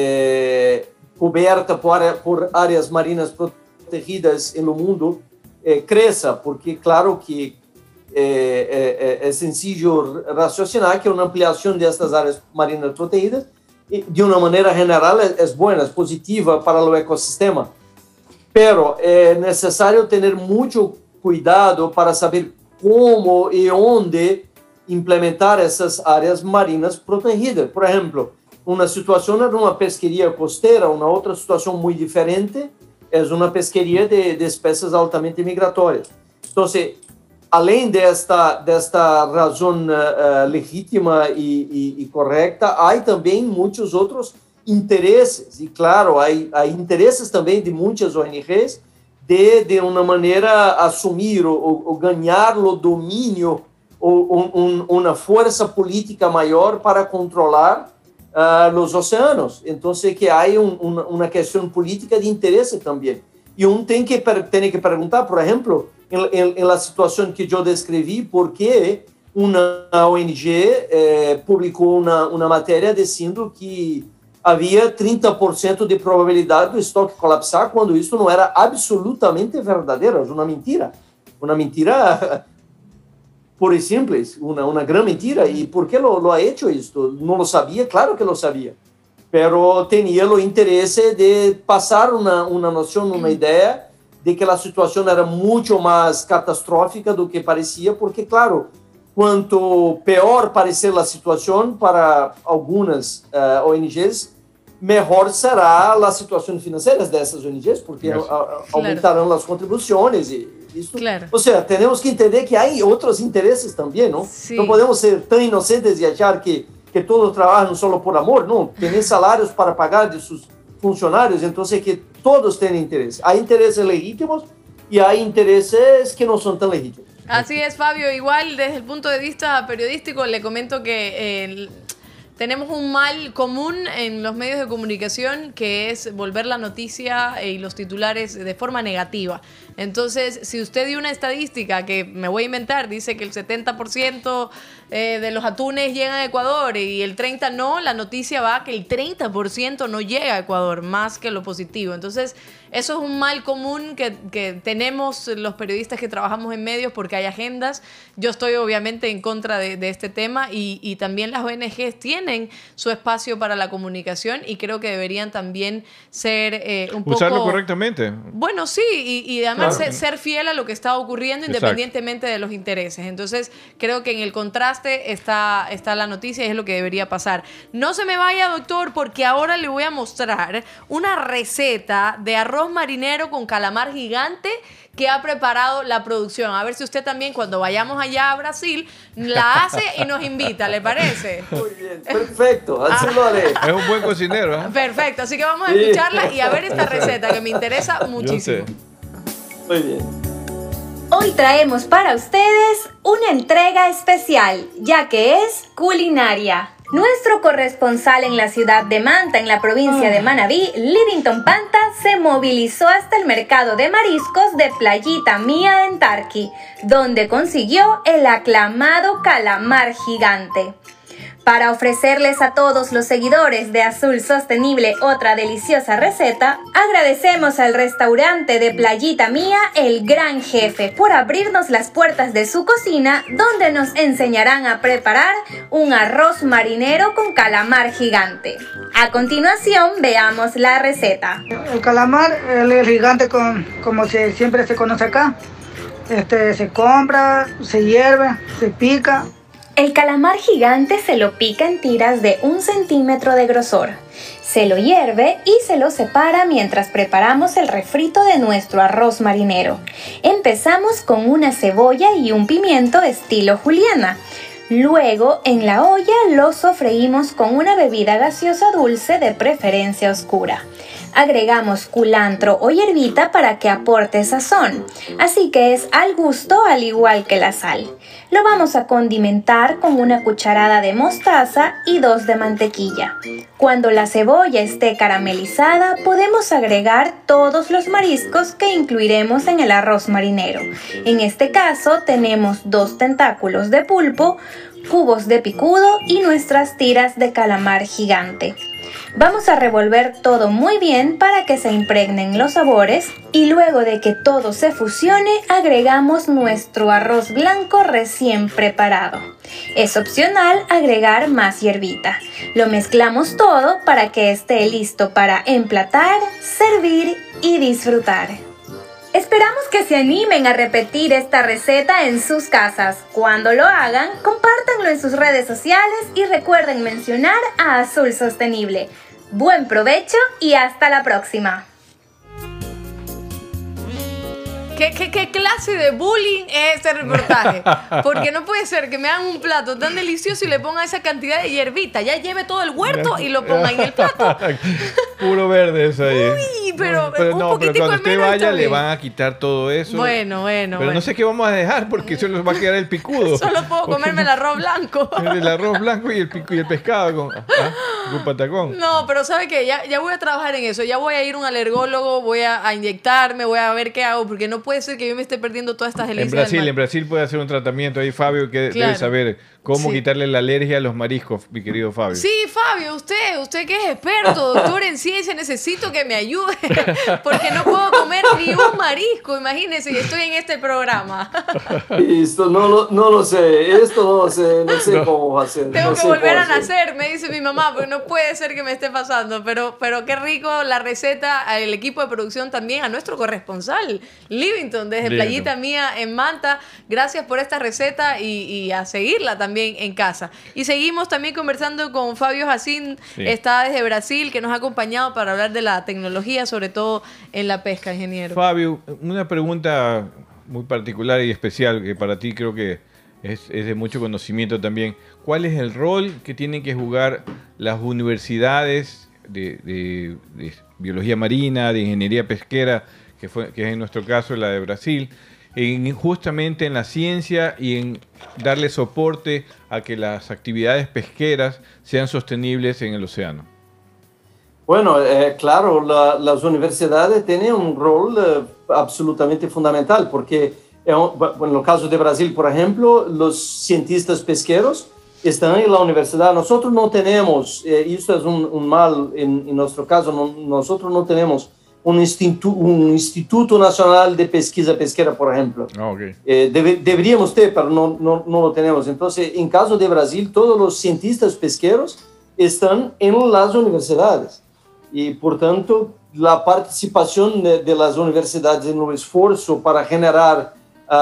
cubierta por áreas marinas protegidas en el mundo crezca, porque claro que es sencillo raciocinar que una ampliación de estas áreas marinas protegidas de una manera general es buena, es positiva para el ecosistema, pero es necesario tener mucho cuidado para saber cómo y dónde implementar esas áreas marinas protegidas. Por ejemplo, una situación es una pesquería costera, una otra situación muy diferente es una pesquería de especies altamente migratorias. Entonces, além de esta razón legítima y correcta, hay también muchos otros intereses. Y claro, hay intereses también de muchas ONGs de una manera asumir o ganar el dominio o una fuerza política mayor para controlar los océanos. Entonces, que hay una cuestión política de interés también. Y uno tiene que preguntar, por ejemplo, en la situación que yo describí, por qué una ONG publicó una materia diciendo que havia 30% de probabilidade do estoque colapsar, quando isso não era absolutamente verdadeiro, é uma mentira pura e simples, uma grande mentira. E por que lo ha hecho isto? Não lo sabia? Claro que lo sabia, pero tinha o interesse de passar uma noção, uma ideia de que a situação era muito mais catastrófica do que parecia, porque claro, quanto pior parecer a situação para algumas ONGs, melhor será a situação financeira dessas ONGs, porque aumentarão as contribuições e isso. Claro. Ou seja, temos que entender que há outros interesses também, não? Sí. Não podemos ser tão inocentes e achar que todos trabalham só por amor, não? Tem salários para pagar de seus funcionários, então é que todos têm interesse. Há interesses legítimos y hay intereses que no son tan legítimos. Así es, Fabio. Igual, desde el punto de vista periodístico, le comento que tenemos un mal común en los medios de comunicación, que es volver la noticia y los titulares de forma negativa. Entonces, si usted dio una estadística que me voy a inventar, dice que el 70% de los atunes llegan a Ecuador y el 30% no, la noticia va que el 30% no llega a Ecuador, más que lo positivo. Entonces, eso es un mal común que tenemos los periodistas que trabajamos en medios, porque hay agendas. Yo estoy obviamente en contra de este tema y también las ONGs tienen su espacio para la comunicación y creo que deberían también ser un poco... Usarlo correctamente. Bueno, sí, y además ser fiel a lo que está ocurriendo independientemente de los intereses. Entonces, creo que en el contraste está la noticia y es lo que debería pasar. No se me vaya, doctor, porque ahora le voy a mostrar una receta de arroz marinero con calamar gigante que ha preparado la producción. A ver si usted también, cuando vayamos allá a Brasil, la hace y nos invita, ¿le parece? Muy bien, perfecto, así lo haré. Es un buen cocinero, ¿eh? Perfecto, así que vamos a escucharla y a ver esta receta que me interesa muchísimo. Muy bien. Hoy traemos para ustedes una entrega especial, ya que es culinaria. Nuestro corresponsal en la ciudad de Manta, en la provincia de Manabí, Livington Panta, se movilizó hasta el mercado de mariscos de Playita Mía en Tarqui, donde consiguió el aclamado calamar gigante. Para ofrecerles a todos los seguidores de Azul Sostenible otra deliciosa receta, agradecemos al restaurante de Playita Mía El Gran Jefe por abrirnos las puertas de su cocina, donde nos enseñarán a preparar un arroz marinero con calamar gigante. A continuación, veamos la receta. El calamar, el gigante, como siempre se conoce acá, se compra, se hierve, se pica. El calamar gigante se lo pica en tiras de 1 centímetro de grosor. Se lo hierve y se lo separa mientras preparamos el refrito de nuestro arroz marinero. Empezamos con una cebolla y un pimiento estilo juliana. Luego, en la olla lo sofreímos con una bebida gaseosa dulce, de preferencia oscura. Agregamos culantro o hierbita para que aporte sazón, así que es al gusto, al igual que la sal. Lo vamos a condimentar con una cucharada de mostaza y 2 de mantequilla. Cuando la cebolla esté caramelizada, podemos agregar todos los mariscos que incluiremos en el arroz marinero. En este caso tenemos 2 tentáculos de pulpo, cubos de picudo y nuestras tiras de calamar gigante. Vamos a revolver todo muy bien para que se impregnen los sabores, y luego de que todo se fusione, agregamos nuestro arroz blanco recién preparado. Es opcional agregar más hierbita. Lo mezclamos todo para que esté listo para emplatar, servir y disfrutar. Esperamos que se animen a repetir esta receta en sus casas. Cuando lo hagan, compártanlo en sus redes sociales y recuerden mencionar a Azul Sostenible. Buen provecho y hasta la próxima. ¿Qué clase de bullying es este reportaje? Porque no puede ser que me hagan un plato tan delicioso y le pongan esa cantidad de hierbita. Ya lleve todo el huerto y lo ponga en el plato. Puro verde eso ahí. Uy, pero no, pero cuando usted vaya le van a quitar todo eso. Bueno. Pero no sé qué vamos a dejar porque eso nos va a quedar el picudo. Solo puedo comerme el arroz blanco. El arroz blanco y el pescado con patacón. No, pero ¿sabe qué? Ya voy a trabajar en eso. Ya voy a ir a un alergólogo, voy a inyectarme, voy a ver qué hago, porque no puede ser que yo me esté perdiendo todas estas delicias. En Brasil puede hacer un tratamiento ahí, Fabio, que debe saber cómo quitarle la alergia a los mariscos, mi querido Fabio. Sí, Fabio, usted que es experto, doctor en ciencia, necesito que me ayude, porque no puedo comer ni un marisco, imagínense, y estoy en este programa. Esto no lo sé, no sé cómo hacer. Tengo que volver a nacer, me dice mi mamá, porque no puede ser que me esté pasando, pero qué rico la receta, al equipo de producción también, a nuestro corresponsal, Livington, desde Playita Mía en Manta. Gracias por esta receta y a seguirla también en casa. Y seguimos también conversando con Fabio Jacín, está desde Brasil, que nos ha acompañado para hablar de la tecnología, sobre todo en la pesca, ingeniero. Fabio, una pregunta muy particular y especial, que para ti creo que es de mucho conocimiento también. ¿Cuál es el rol que tienen que jugar las universidades de biología marina, de ingeniería pesquera, que es en nuestro caso la de Brasil, justamente en la ciencia y en darle soporte a que las actividades pesqueras sean sostenibles en el océano? Bueno, claro, las universidades tienen un rol absolutamente fundamental, porque en el caso de Brasil, por ejemplo, los cientistas pesqueros están en la universidad. Nosotros no tenemos, eso es un mal en nuestro caso, nosotros no tenemos un Instituto Nacional de Pesquisa Pesquera, por ejemplo. Deberíamos ter, pero no lo tenemos. Entonces, en caso de Brasil, todos los cientistas pesqueros están en las universidades. Y, por tanto, la participación de las universidades en el esfuerzo para generar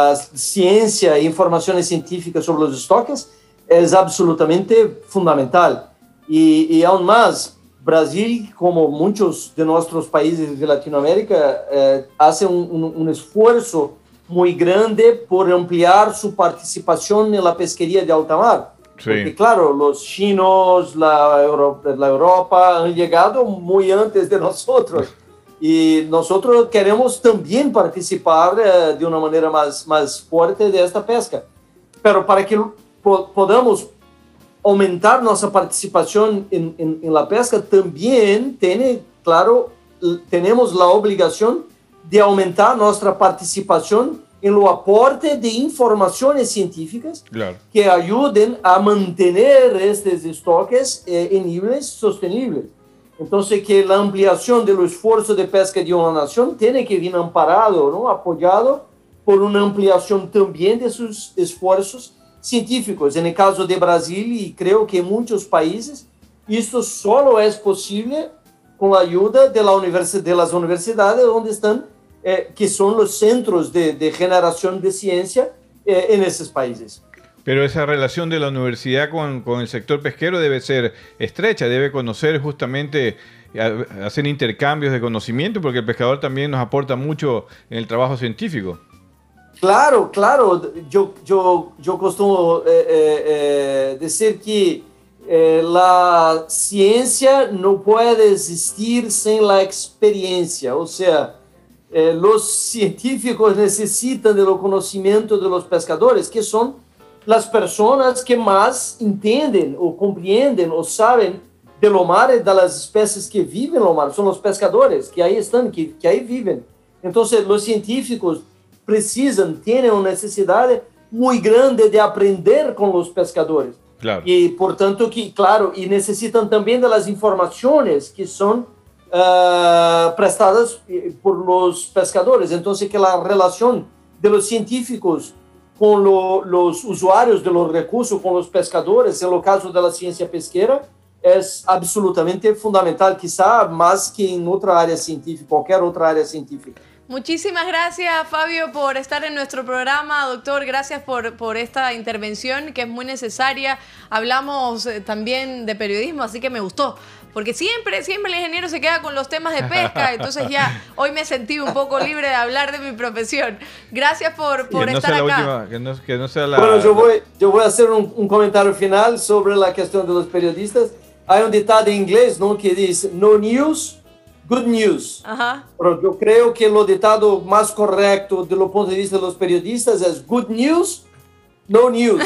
ciencia e informaciones científicas sobre los estoques es absolutamente fundamental. Y aún más, Brasil, como muchos de nuestros países de Latinoamérica, hace un esfuerzo muy grande por ampliar su participación en la pesquería de alta mar. Porque, claro, los chinos, la Europa han llegado muy antes de nosotros. Y nosotros queremos también participar de una manera más fuerte de esta pesca. Pero para que podamos aumentar nuestra participación en la pesca, también tenemos la obligación de aumentar nuestra participación en lo aporte de informaciones científicas claro, que ayuden a mantener estos estoques en niveles sostenibles. Entonces, que la ampliación del esfuerzo de pesca de una nación tiene que venir amparado, ¿no? Apoyado por una ampliación también de sus esfuerzos científicos. En el caso de Brasil, y creo que en muchos países, esto solo es posible con la ayuda de las universidades donde están, que son los centros de generación de ciencia en esos países. Pero esa relación de la universidad con el sector pesquero debe ser estrecha, debe conocer justamente, hacer intercambios de conocimiento, porque el pescador también nos aporta mucho en el trabajo científico. Claro, claro. Yo costumo decir que la ciencia no puede existir sin la experiencia. O sea, los científicos necesitan del conocimiento de los pescadores, que son las personas que más entienden o comprenden o saben de lo mar y de las especies que viven en lo mar. Son los pescadores que ahí están, que ahí viven. Entonces, los científicos tienen una necesidad muy grande de aprender con los pescadores. Claro. Y por tanto, y necesitan también de las informaciones que son prestadas por los pescadores. Entonces, que la relación de los científicos con los usuarios de los recursos, con los pescadores, en el caso de la ciencia pesquera, es absolutamente fundamental, quizá más que en otra área científica, cualquier otra área científica. Muchísimas gracias, Fabio, por estar en nuestro programa. Doctor, gracias por esta intervención que es muy necesaria. Hablamos también de periodismo, así que me gustó. Porque siempre el ingeniero se queda con los temas de pesca, entonces ya hoy me sentí un poco libre de hablar de mi profesión. Gracias por estar acá. Que no sea la... Bueno, yo voy a hacer un comentario final sobre la cuestión de los periodistas. Hay un ditado en inglés, ¿no?, que dice, no news, good news. Ajá. Pero yo creo que el ditado más correcto desde el punto de vista de los periodistas es good news, no news.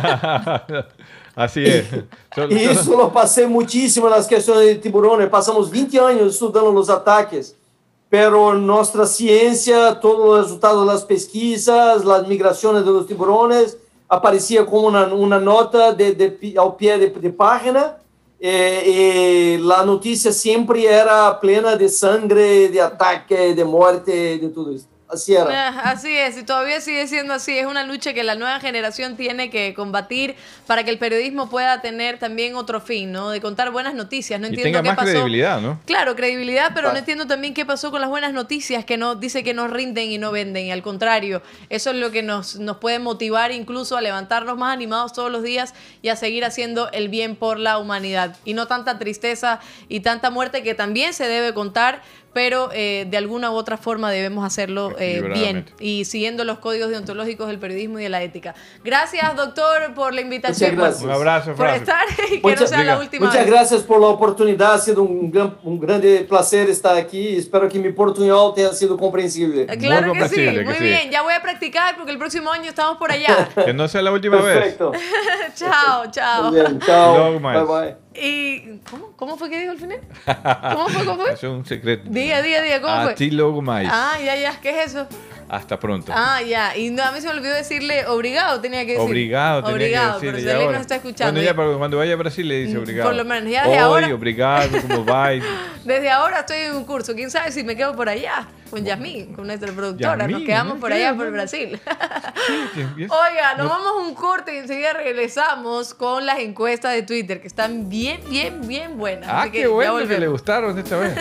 Así es. Y eso lo pasé muchísimo en las cuestiones de tiburones. Pasamos 20 años estudiando los ataques, pero nuestra ciencia, todos los resultados de las pesquisas, las migraciones de los tiburones, aparecía como una nota al pie de página. La noticia siempre era plena de sangre, de ataque, de muerte, de todo esto. Así era. Así es, y todavía sigue siendo así. Es una lucha que la nueva generación tiene que combatir para que el periodismo pueda tener también otro fin, ¿no? De contar buenas noticias. No entiendo tenga qué más pasó. Credibilidad, ¿no? Claro, credibilidad, pero no entiendo también qué pasó con las buenas noticias que dice que nos rinden y no venden. Y al contrario, eso es lo que nos puede motivar incluso a levantarnos más animados todos los días y a seguir haciendo el bien por la humanidad. Y no tanta tristeza y tanta muerte que también se debe contar, pero de alguna u otra forma debemos hacerlo bien y siguiendo los códigos deontológicos del periodismo y de la ética. Gracias, doctor, por la invitación. Muchas gracias. Un abrazo, por estar y que no sea la última Muchas vez. gracias por la oportunidad. Ha sido un grande placer estar aquí. Espero que mi portuñol tenha sido comprensible. Claro que sí, muy bien. Ya voy a practicar porque el próximo año estamos por allá. Que no sea la última Perfecto. vez. Chao. Muy bien, chao. Bye bye. ¿Y cómo fue que dijo al final? ¿Cómo fue? Eso es un secreto. Diga, ¿cómo fue? A ti logo mais. Ya, ¿qué es eso? Hasta pronto. Ya, y a mí se me olvidó decirle obrigado, tenía que decir. Obrigado, pero si él nos está escuchando. Bueno, ya cuando vaya a Brasil le dice obrigado. Por lo menos, ya desde ahora. Obrigado, ¿cómo va? Desde ahora estoy en un curso. ¿Quién sabe si me quedo por allá? Con Yasmín, con nuestra productora. Yasmín, nos quedamos por allá, por Brasil. Oiga, nos vamos a un corte y enseguida regresamos con las encuestas de Twitter, que están bien buenas. Así Qué bueno que le gustaron esta vez.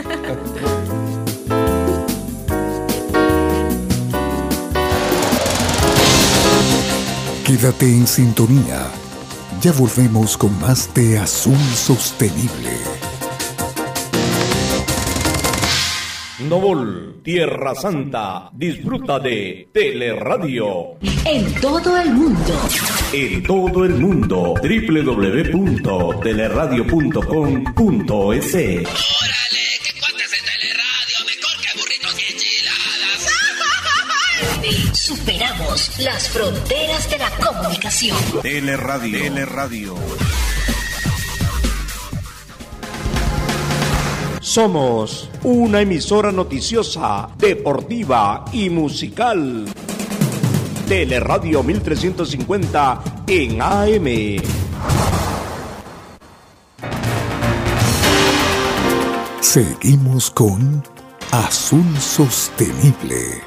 Quédate en sintonía. Ya volvemos con más de Azul Sostenible. Novol, Tierra Santa, disfruta de Teleradio. En todo el mundo. En todo el mundo. www.teleradio.com.es. Superamos las fronteras de la comunicación. Teleradio. Somos una emisora noticiosa, deportiva y musical. Teleradio 1350 en AM. Seguimos con Azul Sostenible.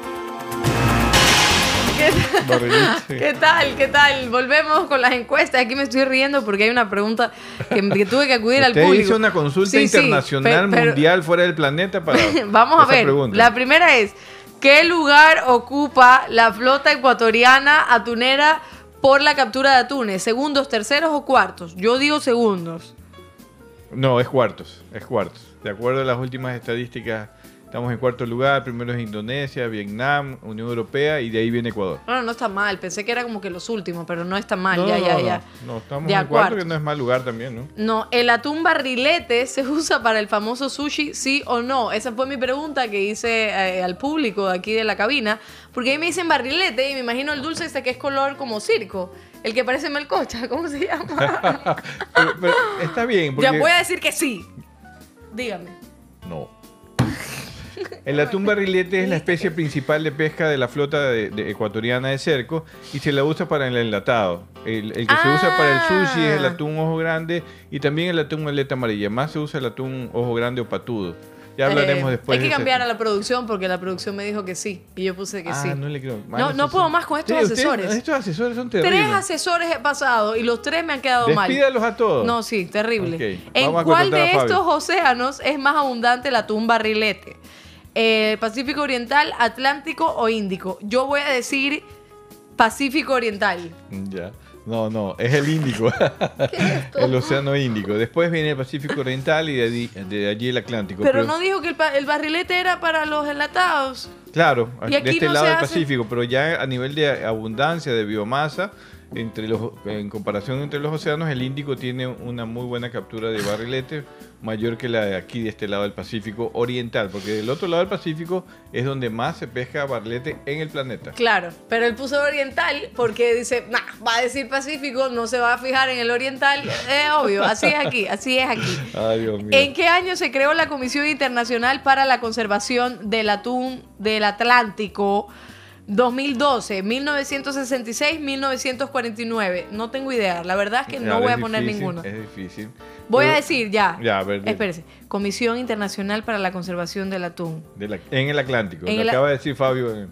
¿Qué tal? ¿Qué tal? Volvemos con las encuestas. Aquí me estoy riendo porque hay una pregunta que tuve que acudir al público. Usted hizo una consulta internacional, mundial, fuera del planeta para vamos a ver. Pregunta. La primera es, ¿qué lugar ocupa la flota ecuatoriana atunera por la captura de atunes? ¿Segundos, terceros o cuartos? Yo digo segundos. No, es cuartos. De acuerdo a las últimas estadísticas, estamos en cuarto lugar. Primero es Indonesia, Vietnam, Unión Europea y de ahí viene Ecuador. Bueno, no está mal. Pensé que era como que los últimos, pero no está mal. No, ya. No, estamos en cuarto, que no es mal lugar también, ¿no? No, ¿el atún barrilete se usa para el famoso sushi, sí o no? Esa fue mi pregunta que hice al público de aquí de la cabina. Porque ahí me dicen barrilete y me imagino el dulce este que es color como circo. El que parece melcocha, ¿cómo se llama? pero está bien. Porque... Ya voy a decir que sí. Dígame. No. El atún barrilete es la especie principal de pesca de la flota de ecuatoriana de cerco y se la usa para el enlatado. El que se usa para el sushi es el atún ojo grande y también el atún aleta amarilla. Más se usa el atún ojo grande o patudo. Ya hablaremos después. Hay que cambiar a la producción porque la producción me dijo que sí y yo puse que sí. No le creo. No puedo más con estos asesores. Estos asesores son terribles. 3 asesores he pasado y los 3 me han quedado mal. Despídalos a todos. No, sí, terrible. Okay. ¿En cuál de estos océanos es más abundante el atún barrilete? ¿Pacífico Oriental, Atlántico o Índico? Yo voy a decir Pacífico Oriental. Ya. No, es el Índico. ¿Qué es esto? El océano Índico. Después viene el Pacífico Oriental y de allí el Atlántico. Pero no dijo que el barrilete era para los enlatados. Claro, de este lado del Pacífico, pero ya a nivel de abundancia de biomasa, en comparación entre los océanos, el Índico tiene una muy buena captura de barrilete, mayor que la de aquí de este lado del Pacífico Oriental, porque del otro lado del Pacífico es donde más se pesca barrilete en el planeta. Claro, pero él puso oriental porque dice, va a decir Pacífico, no se va a fijar en el oriental, es obvio, así es aquí. Ay, Dios mío. ¿En qué año se creó la Comisión Internacional para la Conservación del Atún del Atlántico? 2012, 1966, 1949. No tengo idea. La verdad es que no voy a poner ninguno. Es difícil. Voy a decir ya. A ver. Espérese. Comisión Internacional para la Conservación del Atún. En el Atlántico. Lo acaba de decir Fabio.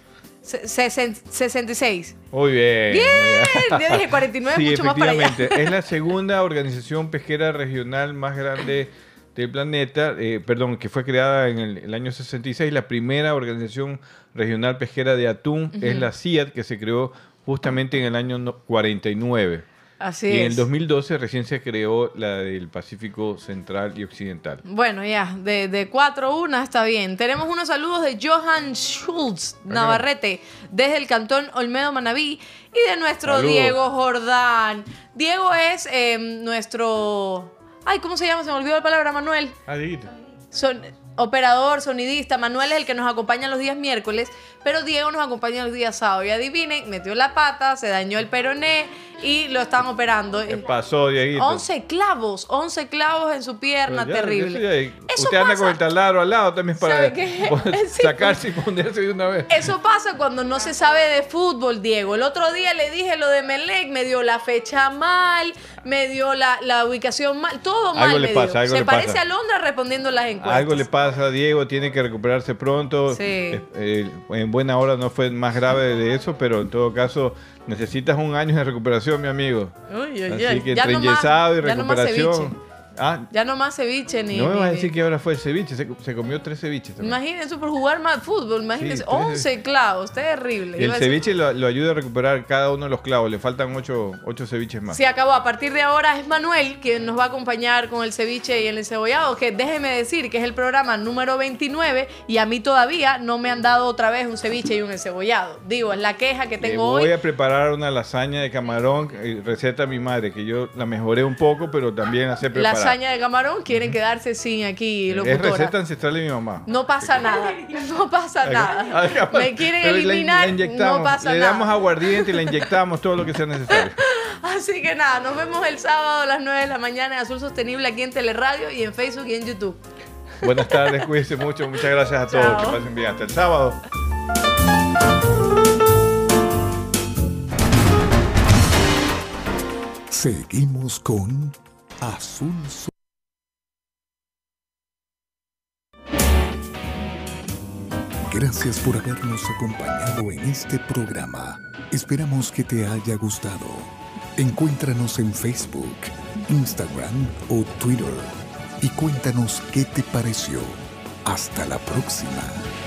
66. Muy bien. Bien. Ya dije 49, sí, mucho más para allá. Es la segunda organización pesquera regional más grande del planeta, que fue creada en el año 66. La primera organización regional pesquera de atún es la CIAT, que se creó justamente en el año 49. Así y en es. el 2012 recién se creó la del Pacífico Central y Occidental. Bueno, ya, de 4-1 está bien. Tenemos unos saludos de Johan Schultz Navarrete, desde el cantón Olmedo Manabí, y de nuestro Saludos. Diego Jordán. Diego es nuestro... Ay, ¿cómo se llama? Se me olvidó la palabra, Manuel. Operador, sonidista. Manuel es el que nos acompaña los días miércoles, pero Diego nos acompaña los días sábados. Y adivinen, metió la pata, se dañó el peroné y lo están operando. ¿Qué pasó, Dieguito? 11 clavos en su pierna, Pues ya, terrible. Usted anda con el taladro al lado también para Sí, sacarse y ponerse de una vez. Eso pasa cuando no se sabe de fútbol, Diego. El otro día le dije lo de Melec, me dio la fecha mal, me dio la ubicación mal, todo mal. Algo le pasa, algo se le parece pasa. a Londra respondiendo las encuestas. Algo le pasa a Diego, tiene que recuperarse pronto. Sí. En buena hora no fue más grave de eso, pero en todo caso necesitas un año de recuperación, mi amigo. Así que entre enyesado y recuperación. Ya no más ceviche ni... No me vas a decir que ahora fue el ceviche, se comió 3 ceviches. Imagínense por jugar más fútbol, imagínense, Sí, 11 clavos, terrible. El ceviche lo ayuda a recuperar cada uno de los clavos, le faltan 8 ceviches más. Se acabó, a partir de ahora es Manuel quien nos va a acompañar con el ceviche y el encebollado, que déjeme decir que es el programa número 29 y a mí todavía no me han dado otra vez un ceviche y un encebollado. Digo, es la queja que tengo hoy. Voy a preparar una lasaña de camarón, receta de mi madre, que yo la mejoré un poco, pero también la sé preparar. Lasaña de camarón, quieren quedarse sin aquí locutora. Es receta ancestral de mi mamá. No pasa nada, no pasa nada. Me quieren eliminar, no pasa le nada. damos aguardiente y le inyectamos todo lo que sea necesario. Así que nada, nos vemos el sábado a las 9 de la mañana en Azul Sostenible aquí en Teleradio y en Facebook y en YouTube. Buenas tardes, cuídense mucho, muchas gracias a todos, Chao. que pasen bien, hasta el sábado. Seguimos con Azul. Gracias por habernos acompañado en este programa. Esperamos que te haya gustado. Encuéntranos en Facebook, Instagram o Twitter y cuéntanos qué te pareció. Hasta la próxima.